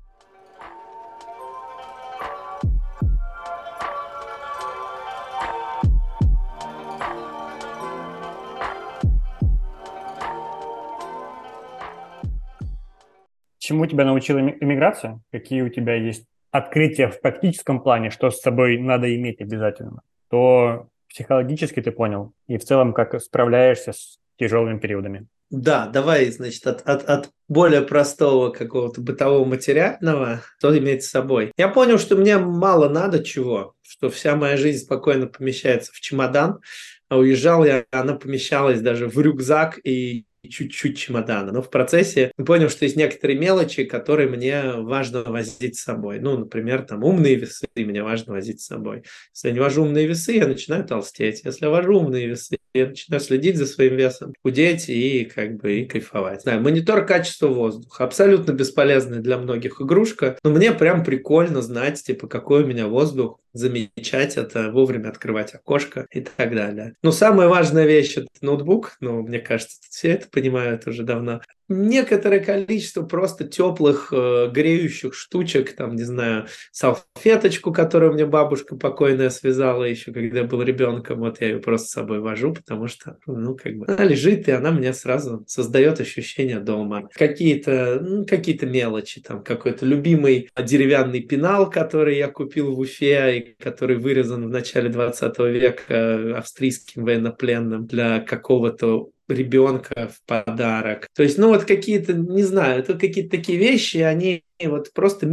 Чему тебя научила иммиграция? Какие у тебя есть открытия в практическом плане, что с собой надо иметь обязательно? То психологически ты понял, и в целом как справляешься с тяжелыми периодами. Да, давай, от более простого какого-то бытового материального, что иметь с собой. Я понял, что мне мало надо чего, что вся моя жизнь спокойно помещается в чемодан, а уезжал я, она помещалась даже в рюкзак и чуть-чуть чемодана. Но в процессе понял, что есть некоторые мелочи, которые мне важно возить с собой. Например, там умные весы мне важно возить с собой. Если я не вожу умные весы, я начинаю толстеть. Если я вожу умные весы, я начинаю следить за своим весом, худеть и кайфовать. Монитор качества воздуха. Абсолютно бесполезная для многих игрушка, но мне прям прикольно знать, какой у меня воздух замечать это, вовремя открывать окошко и так далее. Но самая важная вещь – это ноутбук. Ну, мне кажется, все это понимают уже давно. Некоторое количество просто теплых, греющих штучек, там, не знаю, салфеточку, которую мне бабушка покойная связала еще, когда я был ребенком, вот я ее просто с собой вожу, потому что, ну, как бы, она лежит, и она мне сразу создает ощущение дома. Какие-то мелочи, там, какой-то любимый деревянный пенал, который я купил в Уфе, и который вырезан в начале 20 века австрийским военнопленным для какого-то ребенка в подарок. То есть, ну вот какие-то, не знаю, это какие-то такие вещи, они вот просто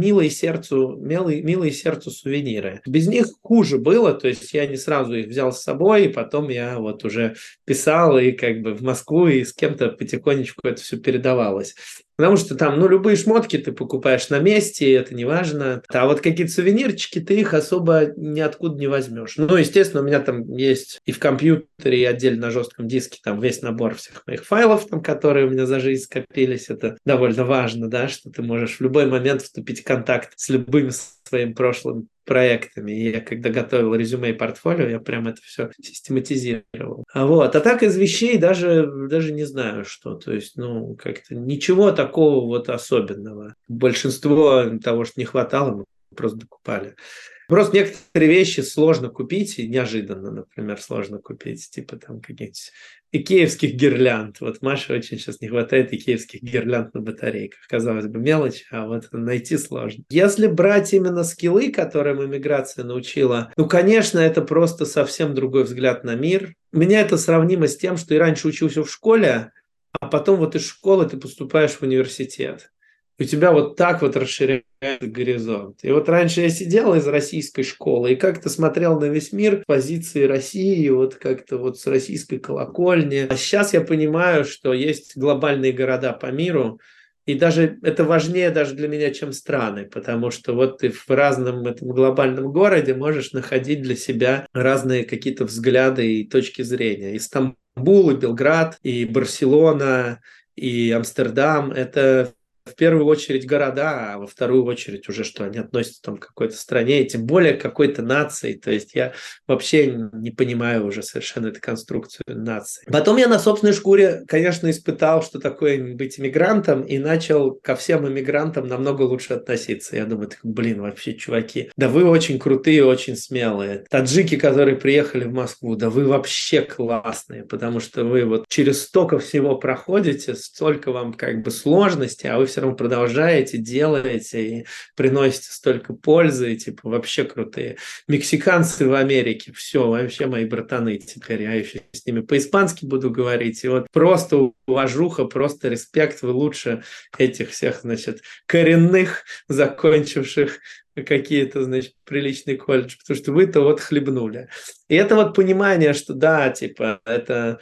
милые сердцу сувениры. Без них хуже было, то есть я не сразу их взял с собой, и потом я вот уже писал и как бы в Москву, и с кем-то потихонечку это все передавалось. Потому что там, ну, любые шмотки ты покупаешь на месте, это не важно. А вот какие-то сувенирчики, ты их особо ниоткуда не возьмешь. Ну, естественно, у меня там есть и в компьютере, и отдельно на жестком диске там весь набор всех моих файлов, там, которые у меня за жизнь скопились. Это довольно важно, да, что ты можешь в любой момент вступить в контакт с любым своим прошлым проектами. И я когда готовил резюме и портфолио, я прям это все систематизировал. А так из вещей даже не знаю, что. То есть, ну, как-то ничего такого вот особенного. Большинство того, что не хватало, мы просто докупали. Просто некоторые вещи сложно купить, и неожиданно, например, сложно купить, типа там каких-нибудь икеевских гирлянд. Вот Маше очень сейчас не хватает икеевских гирлянд на батарейках. Казалось бы, мелочь, а вот найти сложно. Если брать именно скиллы, которым иммиграция научила, ну, конечно, это просто совсем другой взгляд на мир. У меня это сравнимо с тем, что и раньше учился в школе, а потом вот из школы ты поступаешь в университет. У тебя вот так вот расширяется горизонт. И вот раньше я сидел из российской школы и как-то смотрел на весь мир с позиции России, вот как-то вот с российской колокольни. А сейчас я понимаю, что есть глобальные города по миру, и даже это важнее даже для меня, чем страны, потому что вот ты в разном этом глобальном городе можешь находить для себя разные какие-то взгляды и точки зрения. И Стамбул, и Белград, и Барселона, и Амстердам – это в первую очередь города, а во вторую очередь уже, что они относятся там, к какой-то стране, и тем более к какой-то нации. То есть я вообще не понимаю уже совершенно эту конструкцию нации. Потом я на собственной шкуре, конечно, испытал, что такое быть иммигрантом, и начал ко всем иммигрантам намного лучше относиться. Я думаю, блин, вообще, чуваки, да вы очень крутые, очень смелые. Таджики, которые приехали в Москву, да вы вообще классные, потому что вы вот через столько всего проходите, столько вам как бы сложностей, а вы все равно продолжаете, делаете и приносите столько пользы, и типа вообще крутые. Мексиканцы в Америке, все, вообще мои братаны теперь, я еще с ними по-испански буду говорить, и вот просто уважуха, просто респект, вы лучше этих всех, значит, коренных, закончивших какие-то, значит, приличные колледжи, потому что вы-то вот хлебнули. И это вот понимание, что да, типа, это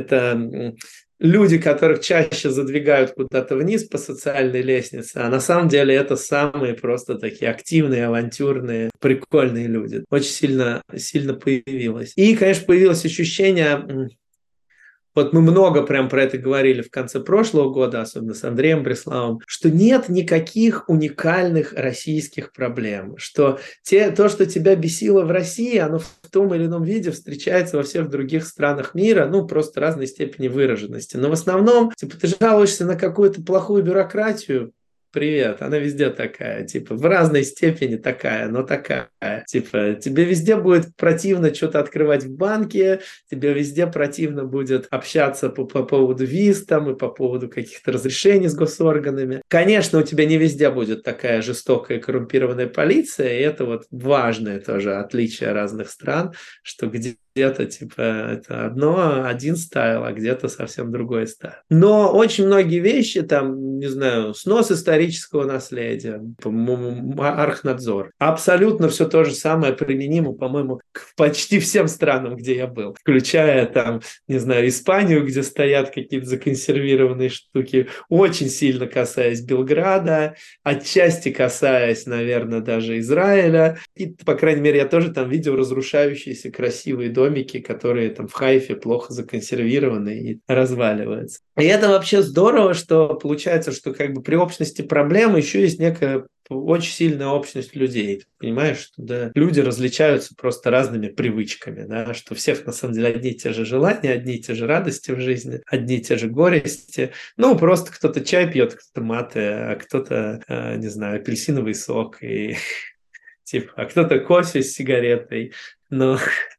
люди, которых чаще задвигают куда-то вниз по социальной лестнице, а на самом деле это самые просто такие активные, авантюрные, прикольные люди. Очень сильно появилось. И, конечно, появилось ощущение... Вот мы много прям про это говорили в конце прошлого года, особенно с Андреем Преславом, что нет никаких уникальных российских проблем, что то, что тебя бесило в России, оно в том или ином виде встречается во всех других странах мира, ну, просто разной степени выраженности. Но в основном, типа, ты жалуешься на какую-то плохую бюрократию, привет, она везде такая, типа, в разной степени такая, но такая. Типа, тебе везде будет противно что-то открывать в банке, тебе везде противно будет общаться по поводу виз там и по поводу каких-то разрешений с госорганами. Конечно, у тебя не везде будет такая жестокая и коррумпированная полиция, и это вот важное тоже отличие разных стран, что где-то, типа, это один стайл, а где-то совсем другой стайл. Но очень многие вещи, там, не знаю, снос исторического наследия, архнадзор, абсолютно все то же самое применимо, по-моему, к почти всем странам, где я был, включая, там, не знаю, Испанию, где стоят какие-то законсервированные штуки, очень сильно касаясь Белграда, отчасти касаясь, наверное, даже Израиля. И, по крайней мере, я тоже там видел разрушающиеся красивые дома домики, которые там в Хайфе плохо законсервированы и разваливаются. И это вообще здорово, что получается, что как бы при общности проблем еще есть некая очень сильная общность людей. Ты понимаешь, что да, люди различаются просто разными привычками, да, что у всех на самом деле одни и те же желания, одни и те же радости в жизни, одни и те же горести. Ну, просто кто-то чай пьет, кто-то маты, а кто-то, не знаю, апельсиновый сок, и, типа, а кто-то кофе с сигаретой. Но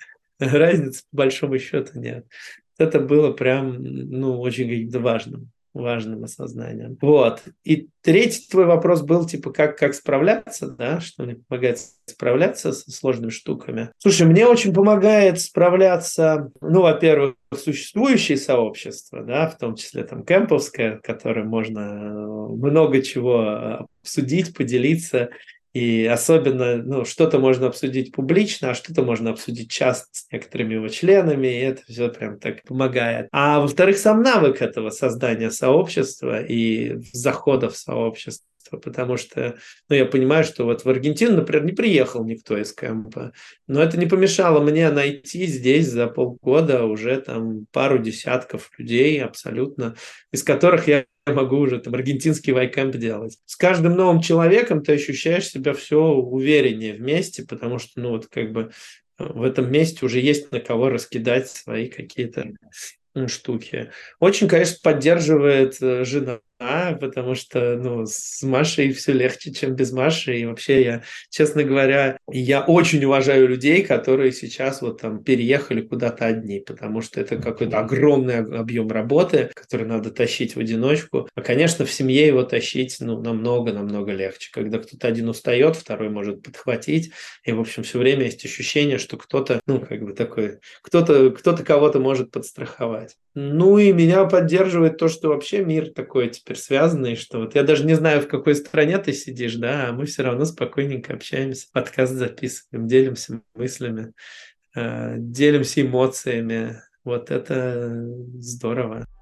разницы по большому счету нет. Это было прям, ну, очень каким-то важным осознанием. Вот. И третий твой вопрос был, типа, как справляться, да, что мне помогает справляться со сложными штуками. Слушай, мне очень помогает справляться, ну, во-первых, существующие сообщества, да, в том числе там кемповское, которое можно много чего обсудить, поделиться. И особенно, ну, что-то можно обсудить публично, а что-то можно обсудить частно с некоторыми его членами, и это все прям так помогает. А во-вторых, сам навык этого создания сообщества и захода в сообщество, потому что, ну, я понимаю, что вот в Аргентину, например, не приехал никто из кемпа, но это не помешало мне найти здесь за полгода уже там пару десятков людей абсолютно, из которых я могу уже там аргентинский вайкэмп делать. С каждым новым человеком ты ощущаешь себя все увереннее вместе, потому что, ну, вот как бы в этом месте уже есть на кого раскидать свои какие-то штуки. Очень, конечно, поддерживает жена, потому что, ну, с Машей все легче, чем без Маши. И вообще я, честно говоря, я очень уважаю людей, которые сейчас вот там переехали куда-то одни, потому что это какой-то огромный объем работы, который надо тащить в одиночку. А, конечно, в семье его тащить, ну, намного легче. Когда кто-то один устает, второй может подхватить. И, в общем, все время есть ощущение, что кто-то, ну, как бы такой, кто-то кого-то может подстраховать. Ну и меня поддерживает то, что вообще мир такой теперь связанный, что вот я даже не знаю, в какой стране ты сидишь, да, а мы все равно спокойненько общаемся, подкаст записываем, делимся мыслями, делимся эмоциями. Вот это здорово.